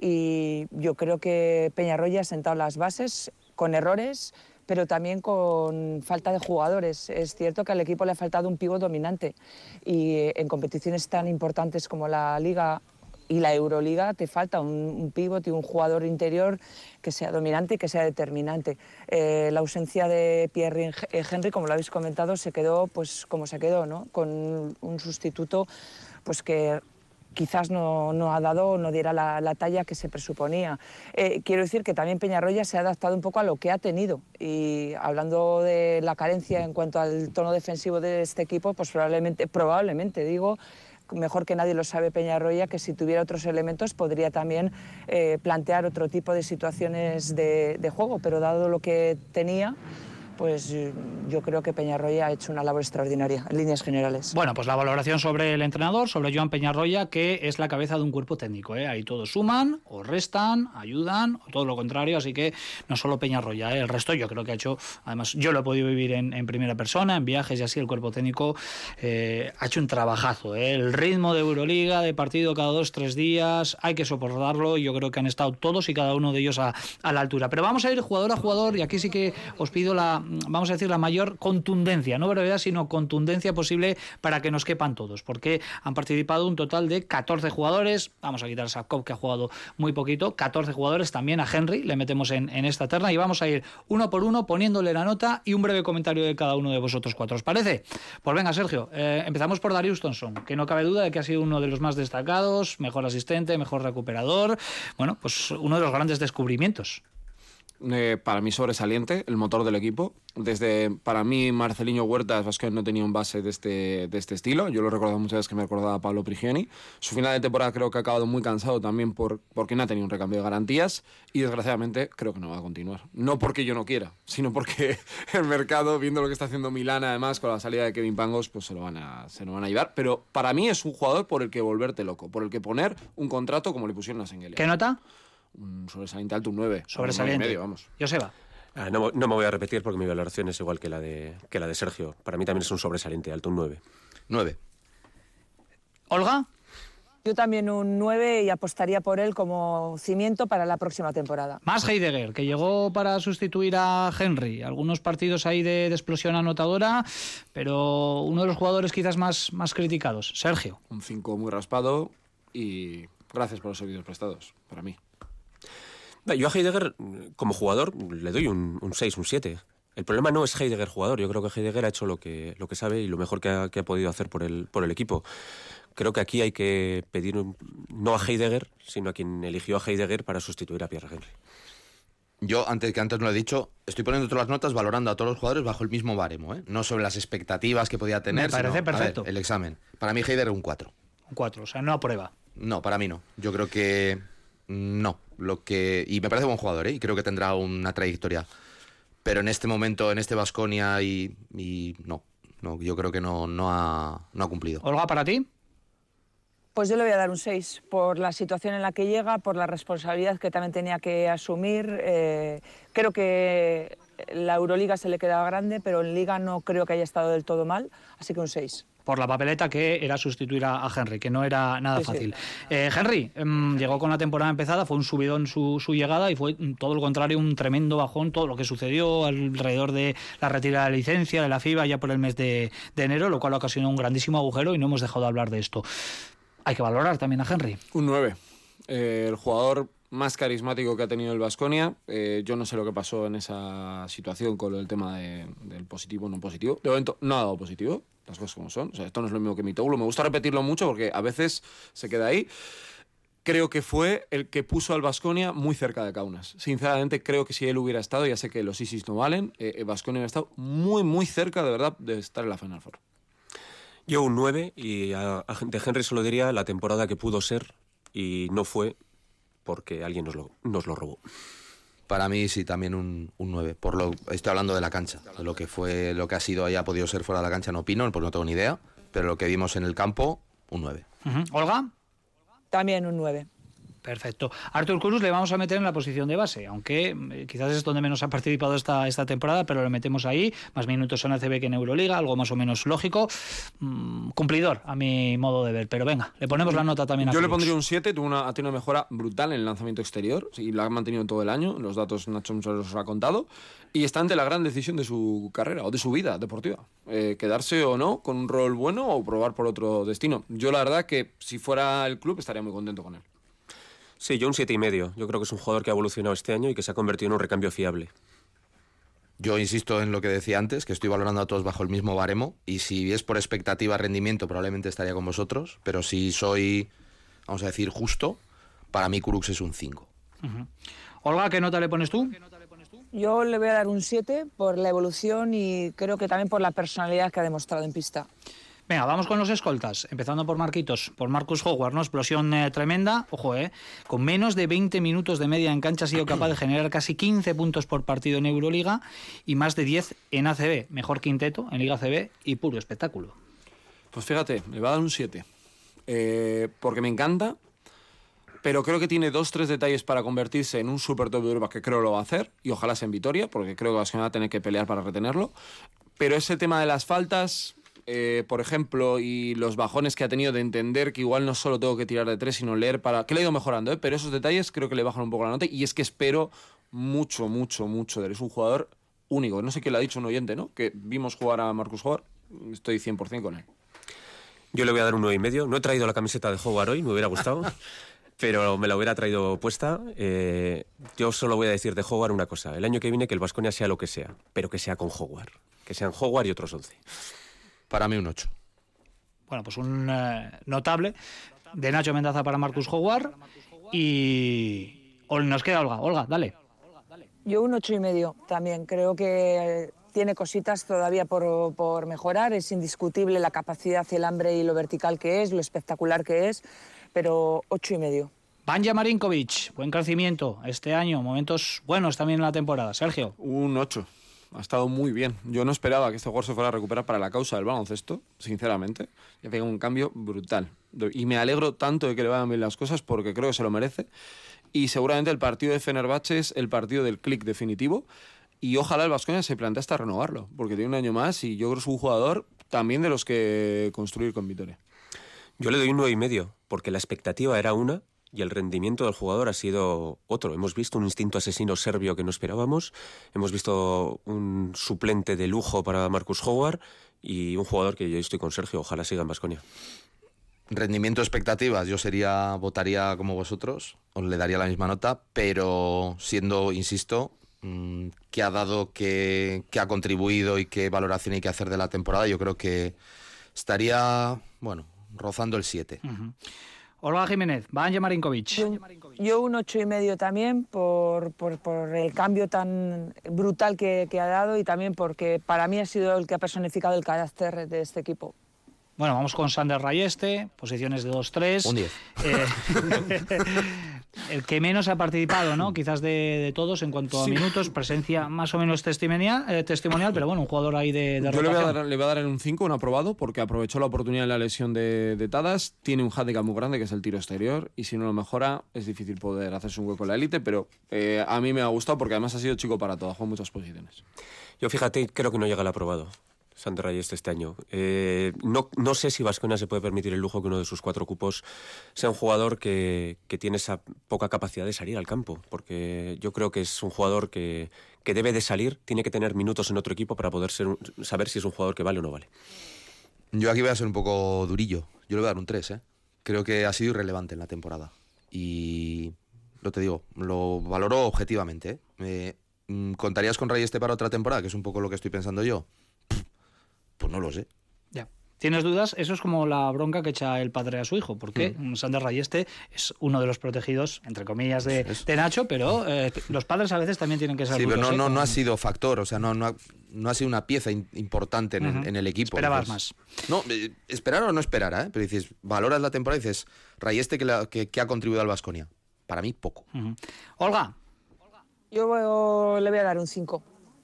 y yo creo que Peñarroya ha sentado las bases con errores, pero también con falta de jugadores. Es cierto que al equipo le ha faltado un pívot dominante y eh, en competiciones tan importantes como la Liga y la Euroliga te falta un, un pívot y un jugador interior que sea dominante y que sea determinante. Eh, la ausencia de Pierre Henry, como lo habéis comentado, se quedó pues como se quedó, ¿no? Con un sustituto pues que quizás no, no ha dado, no diera la, la talla que se presuponía. Eh, quiero decir que también Peñarroya se ha adaptado un poco a lo que ha tenido y hablando de la carencia en cuanto al tono defensivo de este equipo, pues probablemente, probablemente digo, mejor que nadie lo sabe Peñarroya, que si tuviera otros elementos podría también eh, plantear otro tipo de situaciones de, de juego, pero dado lo que tenía, pues yo creo que Peñarroya ha hecho una labor extraordinaria, en líneas generales. Bueno, pues la valoración sobre el entrenador, sobre Joan Peñarroya, que es la cabeza de un cuerpo técnico, ¿eh? Ahí todos suman, o restan, ayudan, o todo lo contrario, así que no solo Peñarroya, ¿eh? El resto yo creo que ha hecho, además yo lo he podido vivir en, en primera persona, en viajes y así, el cuerpo técnico eh, ha hecho un trabajazo, ¿eh? El ritmo de Euroliga, de partido cada dos, tres días, hay que soportarlo y yo creo que han estado todos y cada uno de ellos a, a la altura. Pero vamos a ir jugador a jugador y aquí sí que os pido la vamos a decir, la mayor contundencia, no brevedad, sino contundencia posible para que nos quepan todos, porque han participado un total de catorce jugadores, vamos a quitar a Sapkov, que ha jugado muy poquito, catorce jugadores, también a Henry le metemos en, en esta terna, y vamos a ir uno por uno poniéndole la nota y un breve comentario de cada uno de vosotros cuatro, ¿os parece? Pues venga, Sergio, eh, empezamos por Darius Thompson, que no cabe duda de que ha sido uno de los más destacados, mejor asistente, mejor recuperador, bueno, pues uno de los grandes descubrimientos. Eh, para mí sobresaliente, el motor del equipo. Desde, para mí, Marcelinho Huertas Vázquez no tenía un base de este, de este estilo. Yo lo he recordado muchas veces, que me recordaba a Pablo Prigioni. Su final de temporada creo que ha acabado muy cansado también por, porque no ha tenido un recambio de garantías y desgraciadamente creo que no va a continuar. No porque yo no quiera, sino porque el mercado, viendo lo que está haciendo Milán, además con la salida de Kevin Pangos, pues se lo van a, se lo van a llevar. Pero para mí es un jugador por el que volverte loco, por el que poner un contrato como le pusieron a Sengelia. ¿Qué nota? Un sobresaliente alto, un nueve. Sobresaliente. Un nueve y medio, vamos. Joseba. Ah, no, no me voy a repetir porque mi valoración es igual que la de, que la de Sergio. Para mí también es un sobresaliente alto, un nueve. nueve. ¿Olga? Yo también un nueve y apostaría por él como cimiento para la próxima temporada. Más Heidegger, que llegó para sustituir a Henry. Algunos partidos ahí de, de explosión anotadora, pero uno de los jugadores quizás más, más criticados. Sergio. Un cinco muy raspado y gracias por los servicios prestados, para mí. Yo a Heidegger, como jugador, le doy un, un seis, un siete. El problema no es Heidegger jugador. Yo creo que Heidegger ha hecho lo que, lo que sabe y lo mejor que ha, que ha podido hacer por el, por el equipo. Creo que aquí hay que pedir un, no a Heidegger, sino a quien eligió a Heidegger para sustituir a Pierre Henry. Yo, antes que antes no lo he dicho, estoy poniendo todas las notas valorando a todos los jugadores bajo el mismo baremo, ¿eh? No sobre las expectativas que podía tener. Me parece sino, perfecto. A ver, el examen. Para mí Heidegger un cuatro. Un cuatro, o sea, no aprueba. No, para mí no. Yo creo que no. Lo que y me parece buen jugador, ¿eh? Y creo que tendrá una trayectoria. Pero en este momento, en este Baskonia y, y no, no, yo creo que no, no ha, no ha cumplido. Olga, ¿para ti? Pues yo le voy a dar un seis, por la situación en la que llega, por la responsabilidad que también tenía que asumir. Eh, creo que la Euroliga se le quedaba grande, pero en Liga no creo que haya estado del todo mal, así que un seis. Por la papeleta que era sustituir a, a Henry, que no era nada sí, fácil. Sí. Eh, Henry eh, llegó con la temporada empezada, fue un subidón su, su llegada y fue todo lo contrario, un tremendo bajón, todo lo que sucedió alrededor de la retirada de la licencia de la FIBA ya por el mes de, de enero, lo cual ocasionó un grandísimo agujero y no hemos dejado de hablar de esto. Hay que valorar también a Henry. Un nueve. Eh, el jugador más carismático que ha tenido el Baskonia. Eh, yo no sé lo que pasó en esa situación con el tema de, del positivo o no positivo. De momento no ha dado positivo, las cosas como son. O sea, esto no es lo mismo que Mitoglu. Me gusta repetirlo mucho porque a veces se queda ahí. Creo que fue el que puso al Baskonia muy cerca de Kaunas. Sinceramente, creo que si él hubiera estado, ya sé que los ISIS no valen, eh, Baskonia hubiera estado muy, muy cerca, de verdad, de estar en la Final Four. Yo un nueve y a, a de Henry solo diría la temporada que pudo ser y no fue porque alguien nos lo, nos lo robó. Para mí sí, también un, un nueve. Por lo, estoy hablando de la cancha, de lo que fue, lo que ha sido, haya podido ser fuera de la cancha, no opino, porque no tengo ni idea, pero lo que vimos en el campo, un nueve. Uh-huh. ¿Olga? También un nueve. Perfecto. Artur Kurus le vamos a meter en la posición de base, aunque eh, quizás es donde menos ha participado esta, esta temporada, pero lo metemos ahí, más minutos en A C B que en Euroliga, algo más o menos lógico. Mm, cumplidor, a mi modo de ver, pero venga, le ponemos la nota también a Yo Kurus. le pondría un siete, tuvo una, ha tenido una mejora brutal en el lanzamiento exterior, y la ha mantenido todo el año, los datos Nacho se los ha contado, y está ante la gran decisión de su carrera, o de su vida deportiva, eh, quedarse o no con un rol bueno o probar por otro destino. Yo la verdad que si fuera el club estaría muy contento con él. Sí, yo un siete y medio. Yo creo que es un jugador que ha evolucionado este año y que se ha convertido en un recambio fiable. Yo insisto en lo que decía antes, que estoy valorando a todos bajo el mismo baremo, y si es por expectativa rendimiento probablemente estaría con vosotros, pero si soy, vamos a decir, justo, para mí Kurucs es un cinco. Uh-huh. Olga, ¿qué nota le pones tú? Yo le voy a dar un siete por la evolución y creo que también por la personalidad que ha demostrado en pista. Venga, vamos con los escoltas, empezando por Marquitos, por Marcus Howard, ¿no? Explosión eh, tremenda, ojo, eh, con menos de veinte minutos de media en cancha ha sido capaz de generar casi quince puntos por partido en Euroliga y más de diez en A C B, mejor quinteto en Liga A C B y puro espectáculo. Pues fíjate, le va a dar un siete, eh, porque me encanta, pero creo que tiene dos, tres detalles para convertirse en un super top de Europa, que creo lo va a hacer, y ojalá sea en Vitoria, porque creo que va a tener que pelear para retenerlo, pero ese tema de las faltas... Eh, por ejemplo, y los bajones que ha tenido de entender que igual no solo tengo que tirar de tres, sino leer para... que le ha ido mejorando, ¿eh? Pero esos detalles creo que le bajan un poco la nota y es que espero mucho, mucho, mucho de él. Es un jugador único. No sé quién lo ha dicho, un oyente, ¿no? Que vimos jugar a Marcus Howard. Estoy cien por ciento con él. Yo le voy a dar un nueve y medio. No he traído la camiseta de Howard hoy, me hubiera gustado, pero me la hubiera traído puesta. Eh, yo solo voy a decir de Howard una cosa. El año que viene que el Baskonia sea lo que sea, pero que sea con Howard. Que sean Howard y otros once. Para mí un ocho. Bueno, pues un eh, notable de Nacho Mendaza para Marcus Howard. Y nos queda Olga. Olga, dale. Yo un ocho y medio también. Creo que tiene cositas todavía por, por mejorar. Es indiscutible la capacidad, el hambre y lo vertical que es, lo espectacular que es, pero ocho y medio. Vanja Marinkovic, buen crecimiento este año, momentos buenos también en la temporada. Sergio. Un ocho. Ha estado muy bien. Yo no esperaba que este jugador se fuera a recuperar para la causa del baloncesto, sinceramente. Ya pegado un cambio brutal. Y me alegro tanto de que le vayan bien las cosas porque creo que se lo merece. Y seguramente el partido de Fenerbahce es el partido del clic definitivo. Y ojalá el Baskonia se plantee hasta renovarlo, porque tiene un año más y yo creo que es un jugador también de los que construir con Vitoria. Yo le doy un nueve y medio, porque la expectativa era una y el rendimiento del jugador ha sido otro. Hemos visto un instinto asesino serbio que no esperábamos, hemos visto un suplente de lujo para Marcus Howard y un jugador que yo estoy con Sergio, ojalá siga en Baskonia. Rendimiento, expectativas, yo sería votaría como vosotros, os le daría la misma nota, pero siendo, insisto, qué ha dado, qué, qué ha contribuido y qué valoración hay que hacer de la temporada, yo creo que estaría, bueno, rozando el siete. Uh-huh. Olga Jiménez, Vanja Marinkovic. Yo, yo un ocho y medio también por, por, por el cambio tan brutal que, que ha dado y también porque para mí ha sido el que ha personificado el carácter de este equipo. Bueno, vamos con Sander Rayeste, posiciones de dos tres. Un diez. Eh, el que menos ha participado, ¿no? Quizás de, de todos en cuanto a sí. minutos, presencia más o menos testimonial, eh, testimonial, pero bueno, un jugador ahí de, de Yo rotación. le voy, a dar, le voy a dar un cinco, un aprobado, porque aprovechó la oportunidad de la lesión de, de Tadas, tiene un handicap muy grande que es el tiro exterior y si no lo mejora es difícil poder hacerse un hueco en la élite, pero eh, a mí me ha gustado porque además ha sido chico para todo, ha jugado muchas posiciones. Yo fíjate, creo que no llega al aprobado Sander Rayeste este año. Eh, no, no sé si Baskonia se puede permitir el lujo que uno de sus cuatro cupos sea un jugador que, que tiene esa poca capacidad de salir al campo, porque yo creo que es un jugador que, que debe de salir, tiene que tener minutos en otro equipo para poder ser un, saber si es un jugador que vale o no vale. Yo aquí voy a ser un poco durillo. Yo le voy a dar un tres, ¿eh? Creo que ha sido irrelevante en la temporada. Y lo te digo, lo valoro objetivamente, ¿eh? Eh, ¿Contarías con Rayeste para otra temporada? Que es un poco lo que estoy pensando yo. Pues no lo sé. Ya. ¿Tienes dudas? Eso es como la bronca que echa el padre a su hijo, porque mm. Sander Rayeste es uno de los protegidos, entre comillas, de, de Nacho, pero eh, los padres a veces también tienen que ser sí, duros. Pero no, ¿eh? no, no ha sido factor, o sea, no, no, ha, no ha sido una pieza in, importante en, uh-huh. el, en el equipo. Esperabas dices, más. No, eh, esperar o no esperar, ¿eh? Pero dices, valoras la temporada y dices, Rayeste que, la, que, que ha contribuido al Baskonia. Para mí, poco. Uh-huh. Olga. Yo le voy a dar un cinco.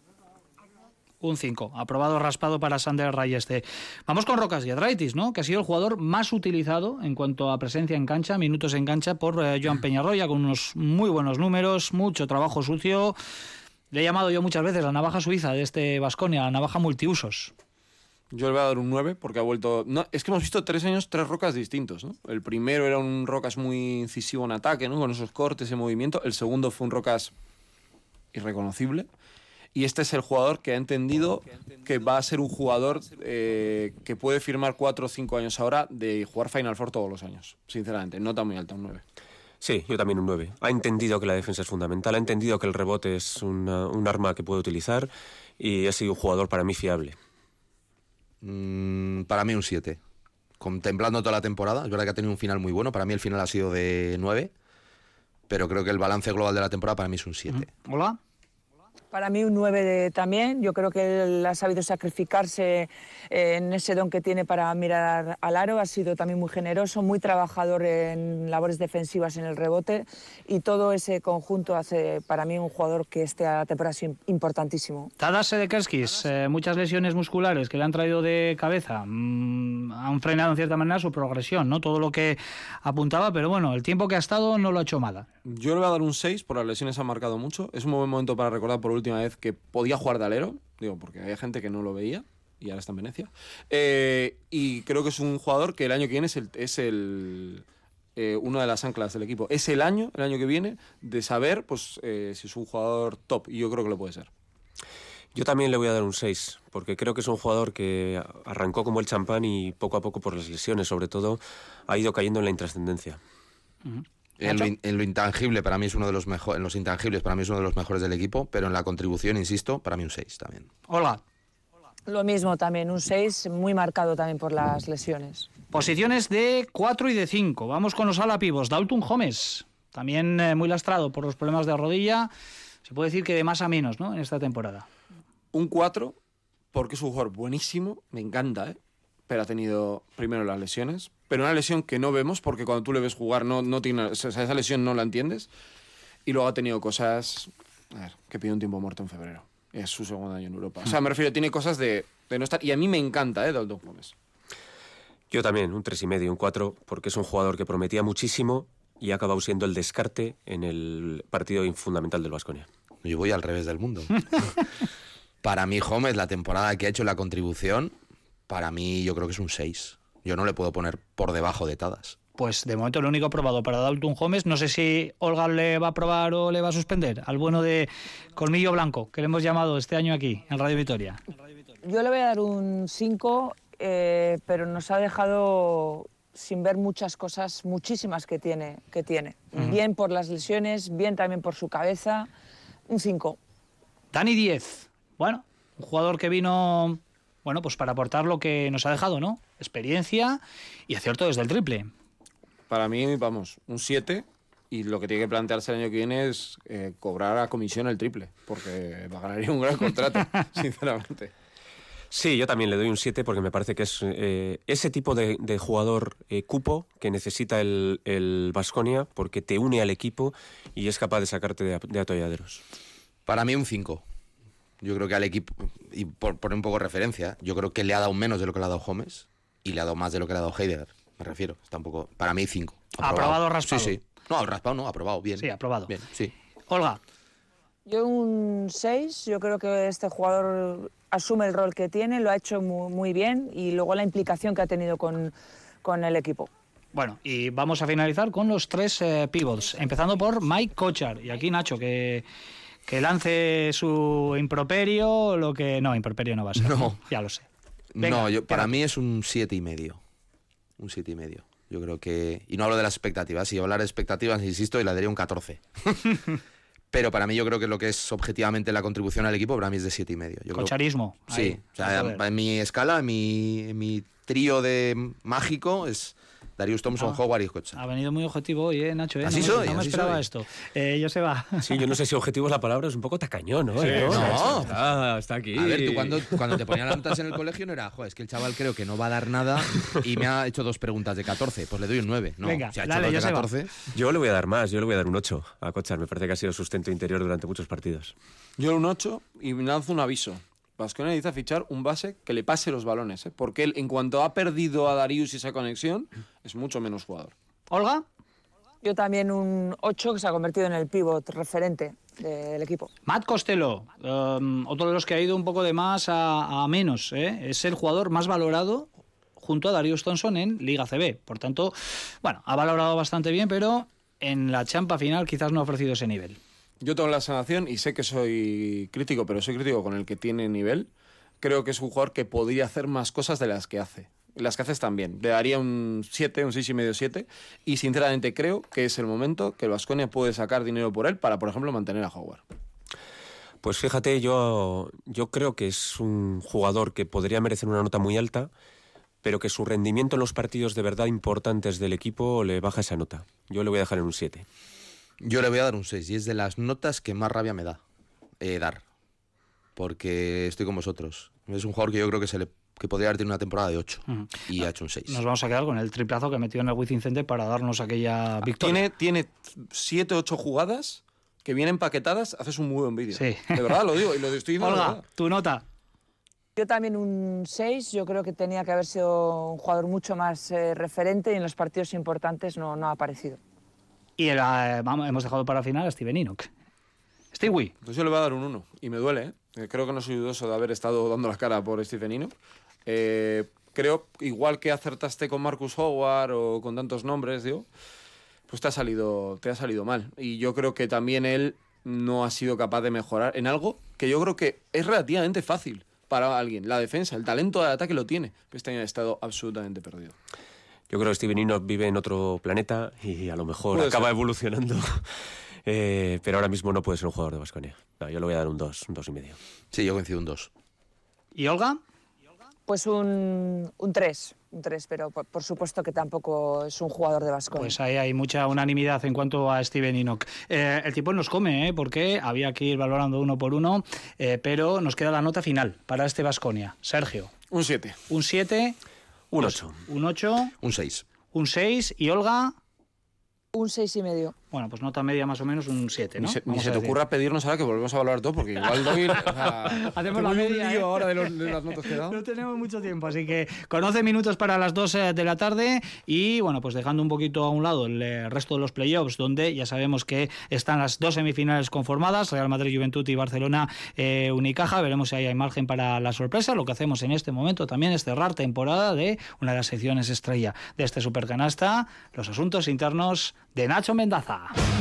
Un cinco, aprobado raspado para Sander Rayeste. Vamos con Rokas Giedraitis, ¿no? Que ha sido el jugador más utilizado en cuanto a presencia en cancha, minutos en cancha, por eh, Joan Peñarroya, con unos muy buenos números, mucho trabajo sucio. Le he llamado yo muchas veces la navaja suiza de este Baskonia, la navaja multiusos. Yo le voy a dar un nueve porque ha vuelto... No, es que hemos visto tres años, tres Rokas distintos, ¿no? El primero era un Rokas muy incisivo en ataque, ¿no? Con esos cortes y movimiento. El segundo fue un Rokas irreconocible. Y este es el jugador que ha entendido que va a ser un jugador eh, que puede firmar cuatro o cinco años ahora de jugar Final Four todos los años. Sinceramente, nota muy alta, un nueve. Sí, yo también un nueve. Ha entendido que la defensa es fundamental, ha entendido que el rebote es una, un arma que puede utilizar y ha sido un jugador para mí fiable. Mm, para mí un siete. Contemplando toda la temporada, es verdad que ha tenido un final muy bueno. Para mí el final ha sido de nueve, pero creo que el balance global de la temporada para mí es un siete. ¿Hola? Para mí un nueve de, también. Yo creo que él ha sabido sacrificarse eh, en ese don que tiene para mirar al aro. Ha sido también muy generoso, muy trabajador en labores defensivas en el rebote. Y todo ese conjunto hace para mí un jugador que esta temporada es importantísimo. Tadas Sedekerskis, eh, muchas lesiones musculares que le han traído de cabeza. Mm, han frenado en cierta manera su progresión, ¿no? Todo lo que apuntaba, pero bueno, el tiempo que ha estado no lo ha hecho mal. Yo le voy a dar un seis, por las lesiones han marcado mucho. Es un buen momento para recordar por última vez que podía jugar de alero, digo, porque había gente que no lo veía y ahora está en Venecia. Eh, y creo que es un jugador que el año que viene es el, es el eh, una de las anclas del equipo. Es el año, el año que viene, de saber pues eh, si es un jugador top, y yo creo que lo puede ser. Yo también le voy a dar un seis, porque creo que es un jugador que arrancó como el champán y poco a poco por las lesiones, sobre todo, ha ido cayendo en la intrascendencia. Uh-huh. En lo, in, en lo intangible, para mí es uno de los mejores, en los intangibles, para mí es uno de los mejores del equipo, pero en la contribución, insisto, para mí un seis también. Hola. Lo mismo también, un seis, muy marcado también por las lesiones. Posiciones de cuatro y de cinco. Vamos con los ala pivos. Dalton Homes, también eh, muy lastrado por los problemas de rodilla. Se puede decir que de más a menos, ¿no?, en esta temporada. Un cuatro, porque es un jugador buenísimo, me encanta, ¿eh? Pero ha tenido primero las lesiones, pero una lesión que no vemos porque cuando tú le ves jugar no, no tiene, o sea, esa lesión no la entiendes. Y luego ha tenido cosas, a ver, que pidió un tiempo muerto en febrero. Es su segundo año en Europa. O sea, me refiero, tiene cosas de, de no estar. Y a mí me encanta, ¿eh?, Dalton Homes. Yo también, un tres y medio, un cuatro, porque es un jugador que prometía muchísimo y ha acabado siendo el descarte en el partido fundamental del Baskonia. Yo voy al revés del mundo. Para mí, Homes, la temporada que ha hecho, la contribución, para mí yo creo que es un seis. Yo no le puedo poner por debajo de Tadas. Pues de momento el único aprobado para Dalton Homes. No sé si Olga le va a aprobar o le va a suspender al bueno de Colmillo Blanco, que le hemos llamado este año aquí, en Radio Vitoria. Yo le voy a dar un cinco, eh, pero nos ha dejado sin ver muchas cosas, muchísimas que tiene. Que tiene. Uh-huh. Bien por las lesiones, bien también por su cabeza. Un cinco. Dani diez. Bueno, un jugador que vino, bueno, pues para aportar lo que nos ha dejado, ¿no? Experiencia y acierto desde el triple. Para mí, vamos, un siete, y lo que tiene que plantearse el año que viene es eh, cobrar a comisión el triple, porque va a ganar un gran contrato, sinceramente. Sí, yo también le doy un siete porque me parece que es eh, ese tipo de, de jugador eh, cupo que necesita el Baskonia, porque te une al equipo y es capaz de sacarte de, de atolladeros. Para mí un cinco. Yo creo que al equipo, y por poner un poco de referencia, yo creo que le ha dado menos de lo que le ha dado Homes y le ha dado más de lo que le ha dado Heidegger, me refiero. Está un poco, para mí cinco. Aprobado, aprobado raspado. Sí, sí. No, raspado no, aprobado, bien. Sí, aprobado. Bien, sí. Olga. Yo un seis, yo creo que este jugador asume el rol que tiene, lo ha hecho muy, muy bien, y luego la implicación que ha tenido con, con el equipo. Bueno, y vamos a finalizar con los tres eh, pivots, empezando por Mike Kochar. Y aquí Nacho, que, que lance su improperio, lo que... No, improperio no va a ser. No. Ya lo sé. Venga, no, yo, para mí es un siete y medio. Un siete y medio. Yo creo que... Y no hablo de las expectativas. Si hablar de expectativas, insisto, y le daría un catorce. Pero para mí yo creo que lo que es objetivamente la contribución al equipo, para mí es de siete y medio. Yo Cocharismo. Creo... Sí. O sea, en mi escala, en mi, en mi trío de mágico es Darius Thompson, ah, Howard y Kochar. Ha venido muy objetivo hoy, ¿eh, Nacho? ¿eh? Así no, soy. No me así esperaba soy. esto. Eh, Joseba. Sí, yo no sé si objetivo es la palabra, es un poco tacañón, ¿no? Sí, ¿no? no. Está, está aquí. A ver, tú cuando, cuando te ponían las notas en el colegio no era, joder, es que el chaval creo que no va a dar nada y me ha hecho dos preguntas de catorce, pues le doy un nueve. No, venga, si ha hecho dale, dos de Joseba. catorce. Yo le voy a dar más, yo le voy a dar un ocho a Kochar. Me parece que ha sido sustento interior durante muchos partidos. Yo un ocho y me lanzo un aviso. Baskonia necesita fichar un base que le pase los balones, ¿eh? Porque él, en cuanto ha perdido a Darius y esa conexión, es mucho menos jugador. ¿Olga? Yo también un ocho, que se ha convertido en el pívot referente del equipo. Matt Costello, um, otro de los que ha ido un poco de más a, a menos, ¿eh? Es el jugador más valorado junto a Darius Thompson en Liga C B. Por tanto, bueno, ha valorado bastante bien, pero en la champa final quizás no ha ofrecido ese nivel. Yo tengo la sensación, y sé que soy crítico, pero soy crítico con el que tiene nivel. Creo que es un jugador que podría hacer más cosas de las que hace. Las que haces también. Le daría un siete, un seis y medio, siete. Y sinceramente creo que es el momento que el Baskonia puede sacar dinero por él para, por ejemplo, mantener a Howard. Pues fíjate, yo, yo creo que es un jugador que podría merecer una nota muy alta, pero que su rendimiento en los partidos de verdad importantes del equipo le baja esa nota. Yo le voy a dejar en un siete. Yo le voy a dar un seis y es de las notas que más rabia me da eh, dar. Porque estoy con vosotros. Es un jugador que yo creo que se le que podría haber tenido una temporada de ocho uh-huh. y no, ha hecho un seis. Nos vamos a quedar con el triplazo que metió en el Wizzing Center para darnos aquella victoria. Tiene, tiene siete, ocho jugadas que vienen paquetadas, haces un muy buen vídeo. Sí. De verdad, lo digo, y lo estoy diciendo. Olga, tu nota. Yo también un seis, yo creo que tenía que haber sido un jugador mucho más eh, referente y en los partidos importantes no, no ha aparecido. Y el, eh, vamos, hemos dejado para final a Steven Enoch. Stewie. Pues yo le voy a dar un uno, y me duele, ¿eh? Creo que no soy dudoso de haber estado dando la cara por Steven Enoch. Eh, creo, igual que acertaste con Marcus Howard o con tantos nombres, digo, pues te ha salido, te ha salido mal. Y yo creo que también él no ha sido capaz de mejorar en algo que yo creo que es relativamente fácil para alguien. La defensa, el talento de ataque lo tiene, pero este año ha estado absolutamente perdido. Yo creo que Steven Enoch vive en otro planeta y a lo mejor Puede acaba ser. evolucionando. eh, pero ahora mismo no puede ser un jugador de Baskonia. No, yo le voy a dar un dos, un dos y medio. Sí, yo coincido un dos. ¿Y Olga? Pues un, un tres, un tres, pero por, por supuesto que tampoco es un jugador de Baskonia. Pues ahí hay mucha unanimidad en cuanto a Steven Enoch. Eh, el tipo nos come, ¿eh? Porque había que ir valorando uno por uno, eh, pero nos queda la nota final para este Baskonia. Sergio. Un siete. Un siete. Un ocho. Un ocho. Un seis. Un seis. ¿Y Olga? Un seis y medio. Bueno, pues nota media más o menos un siete, ¿no? Ni se, ni Vamos se a te decir. ocurra pedirnos ahora que volvemos a valorar todo, porque igual doy... O sea, Hacemos te la voy un media, lío ¿eh? ahora de, los, de las notas que he dado. No tenemos mucho tiempo, así que con once minutos para las dos de la tarde y bueno, pues dejando un poquito a un lado el eh, resto de los playoffs, donde ya sabemos que están las dos semifinales conformadas, Real Madrid, Juventud y Barcelona, eh, Unicaja. Veremos si ahí hay margen para la sorpresa. Lo que hacemos en este momento también es cerrar temporada de una de las secciones estrella de este Supercanasta, los asuntos internos de Nacho Mendaza.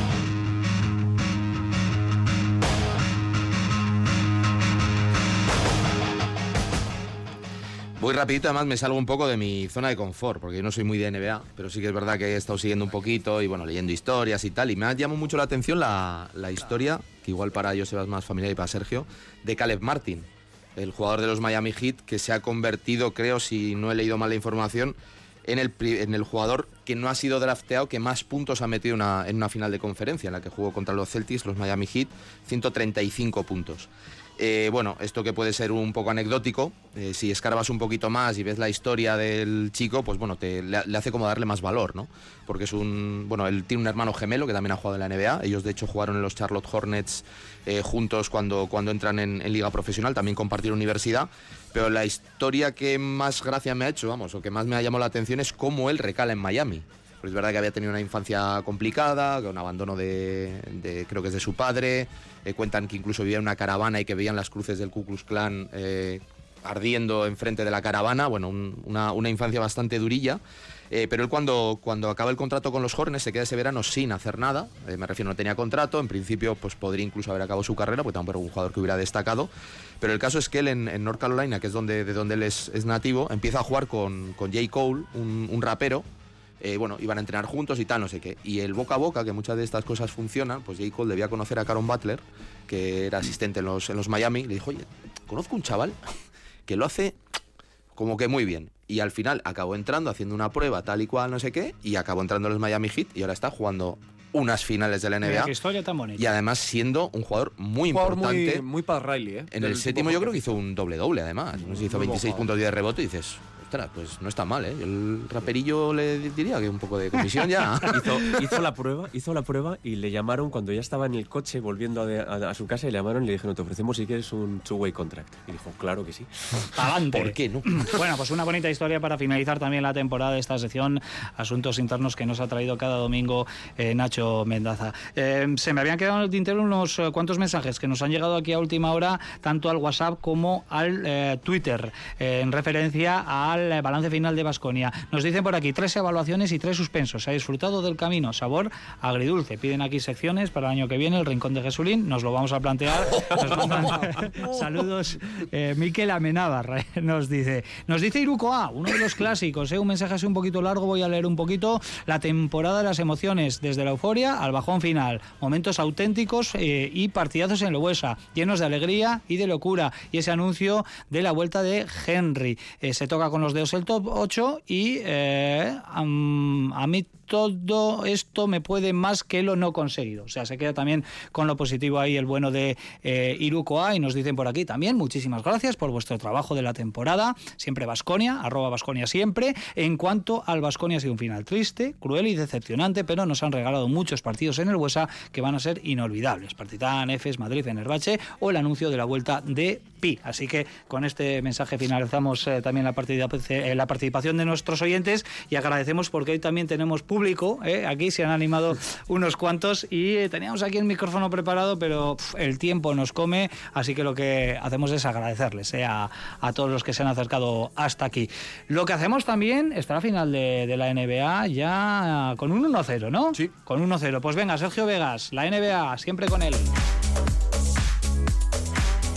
Voy rapidito, además me salgo un poco de mi zona de confort, porque yo no soy muy de N B A, pero sí que es verdad que he estado siguiendo un poquito y bueno, leyendo historias y tal, y me ha llamado mucho la atención la, la historia, que igual para Joseba es más familiar y para Sergio, de Caleb Martin, el jugador de los Miami Heat, que se ha convertido, creo, si no he leído mal la información, en el, en el jugador que no ha sido drafteado, que más puntos ha metido una, en una final de conferencia, en la que jugó contra los Celtics, los Miami Heat, ciento treinta y cinco puntos. Eh, bueno, esto que puede ser un poco anecdótico, eh, si escarbas un poquito más y ves la historia del chico, pues bueno, te, le, le hace como darle más valor, ¿no? Porque es un, bueno, él tiene un hermano gemelo que también ha jugado en la N B A, ellos de hecho jugaron en los Charlotte Hornets eh, juntos cuando, cuando entran en, en liga profesional, también compartieron universidad, pero la historia que más gracia me ha hecho, vamos, o que más me ha llamado la atención es cómo él recala en Miami. Pues es verdad que había tenido una infancia complicada, con abandono de, de creo que es de su padre. Eh, cuentan que incluso vivía en una caravana y que veían las cruces del Ku Klux Klan eh, ardiendo enfrente de la caravana. Bueno, un, una, una infancia bastante durilla. Eh, pero él cuando, cuando acaba el contrato con los Hornets se queda ese verano sin hacer nada. Eh, me refiero, no tenía contrato. En principio pues podría incluso haber acabado su carrera, porque tampoco era un jugador que hubiera destacado. Pero el caso es que él en, en North Carolina, que es donde, de donde él es, es nativo, empieza a jugar con, con J. Cole, un, un rapero. Eh, bueno, iban a entrenar juntos y tal, no sé qué. Y el boca a boca, que muchas de estas cosas funcionan, pues J. Cole debía conocer a Caron Butler, que era asistente en los, en los Miami, y le dijo, oye, conozco un chaval que lo hace como que muy bien. Y al final acabó entrando, haciendo una prueba tal y cual, no sé qué, y acabó entrando en los Miami Heat y ahora está jugando unas finales de la N B A. Mira, qué historia tan bonita. Y además siendo un jugador muy Un jugador importante. muy, muy Pat Riley, ¿eh? En Del el séptimo tipo yo creo que que- hizo un doble-doble además. No sé si hizo Muy buen veintiséis jugador. puntos de rebote y dices, ostras, pues no está mal, ¿eh? Yo el raperillo le diría que un poco de comisión ya. Hizo, hizo la prueba, hizo la prueba y le llamaron cuando ya estaba en el coche volviendo a, de- a- a su casa y le llamaron y le dijeron, te ofrecemos si quieres un two-way contract. Y dijo, claro que sí. Adelante. ¿Por qué no? Bueno, pues una bonita historia para finalizar también la temporada de esta sección Asuntos Internos que nos ha traído cada domingo eh, Nacho Mendaza. Eh, se me habían quedado en el tintero unos eh, cuantos mensajes que nos han llegado aquí a última hora, tanto al WhatsApp como al eh, Twitter, eh, en referencia al eh, balance final de Baskonia. Nos dicen por aquí tres evaluaciones y tres suspensos. Se ha disfrutado del camino, sabor agridulce. Piden aquí secciones para el año que viene, el Rincón de Jesulín. Nos lo vamos a plantear. Nos mandan saludos. Eh, Miquel Amenábar eh, nos dice, nos dice Iruko A, uno de los clásicos, eh, un mensaje así un poquito largo, voy a leer un poquito. La temporada de las emociones, desde la euforia al bajón final, momentos auténticos eh, y partidazos en Lobuesa, llenos de alegría y de locura, y ese anuncio de la vuelta de Henry. Eh, se toca con los dedos el top ocho y eh, um, a mí todo esto me puede más que lo no conseguido. O sea, se queda también con lo positivo ahí el bueno de eh, Iruko A, y nos dicen por aquí también, muchísimas gracias por vuestro trabajo de la temporada, siempre Baskonia, arroba Baskonia siempre. En cuanto al Baskonia, ha sido un final triste, cruel y decepcionante, pero nos han regalado muchos partidos en el Buesa que van a ser inolvidables. Partizan, Efes, Madrid, Fenerbahce o el anuncio de la vuelta de Pi. Así que con este mensaje finalizamos eh, también la, partida, eh, la participación de nuestros oyentes, y agradecemos porque hoy también tenemos público, ¿eh? Aquí se han animado unos cuantos y eh, teníamos aquí el micrófono preparado, pero pff, el tiempo nos come, así que lo que hacemos es agradecerles ¿eh? a, a todos los que se han acercado hasta aquí. Lo que hacemos también está la final de, de la N B A ya con un uno cero, ¿no? Sí. Con uno cero. Pues venga, Sergio Vegas, la N B A, siempre con él.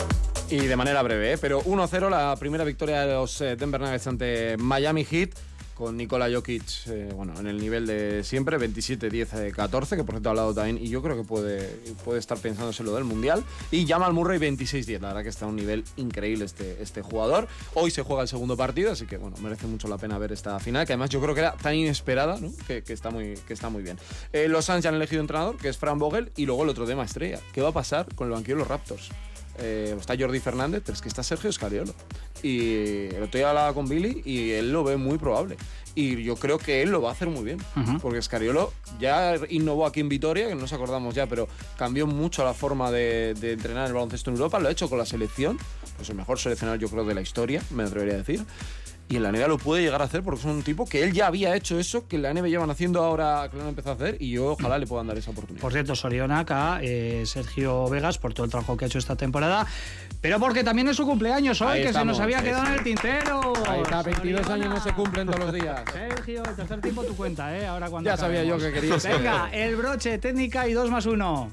Y de manera breve, ¿eh? Pero uno cero la primera victoria de los eh, Denver Nuggets ante Miami Heat, con Nikola Jokic, eh, bueno, en el nivel de siempre, veintisiete diez catorce, que por cierto ha hablado también, y yo creo que puede, puede estar pensándose lo del Mundial. Y Jamal Murray, veintiséis diez, la verdad que está a un nivel increíble este, este jugador. Hoy se juega el segundo partido, así que bueno, merece mucho la pena ver esta final, que además yo creo que era tan inesperada, ¿no? que, que, está muy, que está muy bien. Eh, los Suns ya han elegido entrenador, que es Frank Vogel, y luego el otro tema estrella, ¿qué va a pasar con el banquillo de los Raptors? Eh, está Jordi Fernández, pero es que está Sergio Scariolo. Y el otro día hablaba con Billy y él lo ve muy probable. Y yo creo que él lo va a hacer muy bien. Uh-huh. Porque Scariolo ya innovó aquí en Vitoria, que no nos acordamos ya, pero cambió mucho la forma de, de entrenar el baloncesto en Europa. Lo ha hecho con la selección, pues el mejor seleccionador yo creo de la historia, me atrevería a decir. Y en la N B A lo puede llegar a hacer porque es un tipo que él ya había hecho eso, que en la N B A llevan haciendo ahora, que lo han empezado a hacer, y yo ojalá le puedan dar esa oportunidad. Por cierto, Sorionak a eh, Sergio Vegas por todo el trabajo que ha hecho esta temporada, pero porque también es su cumpleaños hoy, que se nos había quedado en el tintero. Ahí está, veintidós años no se cumplen todos los días. Sergio, el tercer tiempo tu cuenta, ¿eh? Ahora cuando ya acabemos. Sabía yo que querías. Venga, el broche, técnica y dos más uno.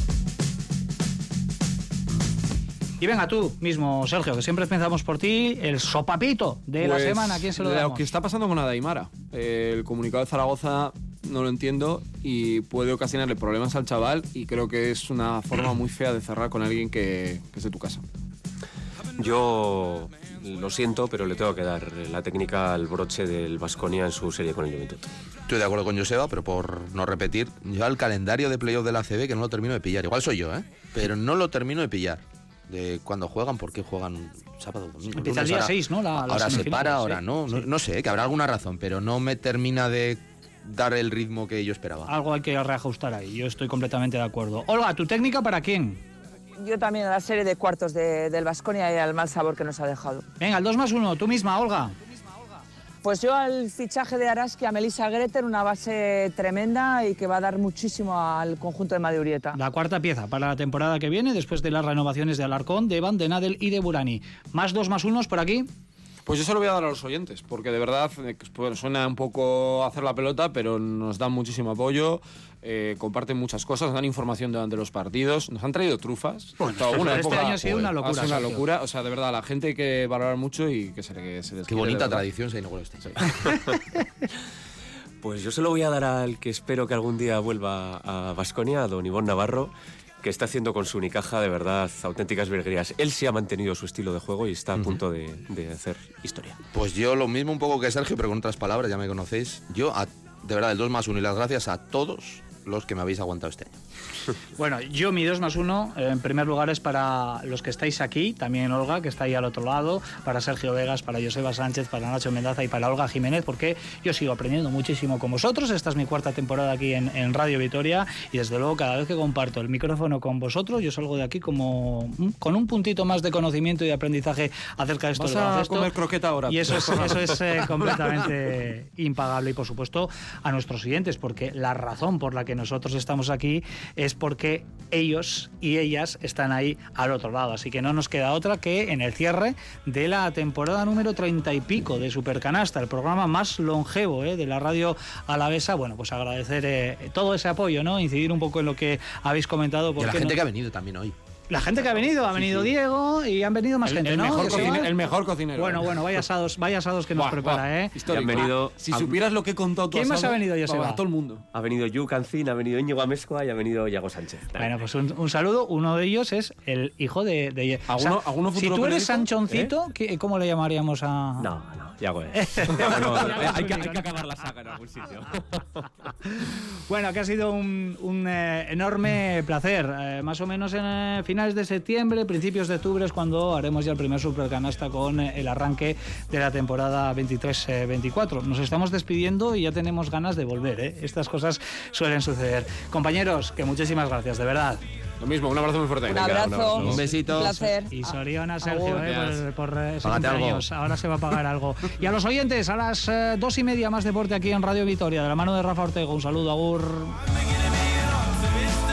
Y venga tú mismo, Sergio, que siempre pensamos por ti, el sopapito de pues, la semana, ¿a quién se lo damos? Lo que está pasando con Adaimara. Eh, el comunicado de Zaragoza no lo entiendo y puede ocasionarle problemas al chaval, y creo que es una forma muy fea de cerrar con alguien que, que es de tu casa. Yo lo siento, pero le tengo que dar la técnica al broche del Baskonia en su serie con el Juventud. Estoy de acuerdo con Joseba, pero por no repetir, yo al calendario de playoff de la A C B que no lo termino de pillar. Igual soy yo, ¿eh? Pero no lo termino de pillar. De cuando juegan, por qué juegan sábado, domingo. Empieza el día seis, ¿no? La, ahora se para, ahora sí, no, sí. no. No sé, que habrá alguna razón, pero no me termina de dar el ritmo que yo esperaba. Algo hay que reajustar ahí, yo estoy completamente de acuerdo. Olga, ¿tu técnica para quién? Yo también a la serie de cuartos de, del Baskonia y al mal sabor que nos ha dejado. Venga, el dos más uno, tú misma, Olga. Pues yo al fichaje de Araski a Melissa Greter, una base tremenda y que va a dar muchísimo al conjunto de Madurieta. La cuarta pieza para la temporada que viene, después de las renovaciones de Alarcón, de Van, de Nadel y de Burani. ¿Más dos más unos por aquí? Pues yo se lo voy a dar a los oyentes, porque de verdad pues, suena un poco hacer la pelota, pero nos dan muchísimo apoyo, eh, comparten muchas cosas, nos dan información durante los partidos, nos han traído trufas. Bueno, una este época, año ha sido una locura. Ha sido una locura, o sea, de verdad, la gente hay que valorar mucho y que se, que se les Qué bonita tradición se inauguró este. Sí. Pues yo se lo voy a dar al que espero que algún día vuelva a Baskonia, a don Ivón Navarro, que está haciendo con su Unicaja de verdad auténticas virguerías. Él sí ha mantenido su estilo de juego y está a uh-huh. punto de, de hacer historia. Pues yo lo mismo un poco que Sergio, pero con otras palabras, ya me conocéis. Yo, a, de verdad, el dos más uno y las gracias a todos los que me habéis aguantado este año. Bueno, yo mi dos más uno, eh, en primer lugar, es para los que estáis aquí, también Olga, que está ahí al otro lado, para Sergio Vegas, para Joseba Sánchez, para Nacho Mendaza y para Olga Jiménez, porque yo sigo aprendiendo muchísimo con vosotros. Esta es mi cuarta temporada aquí en, en Radio Vitoria y desde luego cada vez que comparto el micrófono con vosotros, yo salgo de aquí como con un puntito más de conocimiento y de aprendizaje acerca de esto. Vas del baloncesto. A comer croqueta ahora. Y eso es, eso es eh, completamente impagable. Y por supuesto a nuestros siguientes, porque la razón por la que nosotros estamos aquí es porque ellos y ellas están ahí al otro lado, así que no nos queda otra que en el cierre de la temporada número treinta y pico de Supercanasta, el programa más longevo ¿eh? de la radio alavesa, bueno, pues agradecer eh, todo ese apoyo, ¿no? Incidir un poco en lo que habéis comentado. Y la gente no... que ha venido también hoy. La gente que ha venido, ha venido sí, sí. Diego y han venido más el, gente, el ¿no? Mejor ¿Sí? cocine, el mejor cocinero. Bueno, bueno, vaya asados, vaya asados que nos buah, prepara, buah, ¿eh? Han venido, si supieras lo que he contado. ¿Quién más ha venido, Joseba? A todo el mundo. Ha venido Yu Cancín, ha venido Íñigo Amezcua y ha venido Iago Sánchez. Bueno, pues un, un saludo. Uno de ellos es el hijo de... de ¿Alguno, o sea, ¿alguno si tú eres Sanchoncito, ¿eh? ¿Cómo le llamaríamos a...? No, no. Iago es. no, hay, que, hay que acabar la saga en algún sitio. Bueno, que ha sido un, un eh, enorme placer. Eh, más o menos en eh, finales de septiembre, principios de octubre es cuando haremos ya el primer Supercanasta con eh, el arranque de la temporada veintitrés veinticuatro. Nos estamos despidiendo y ya tenemos ganas de volver, ¿eh? Estas cosas suelen suceder. Compañeros, que muchísimas gracias, de verdad. Lo mismo, un abrazo muy fuerte. Un abrazo, un, abrazo. un besito. Un placer. Y Soriona, Sergio, eh, por, por ese Págate cumpleaños. algo. Ahora se va a pagar algo. Y a los oyentes, a las eh, dos y media más deporte aquí en Radio Vitoria, de la mano de Rafa Ortega. Un saludo, agur.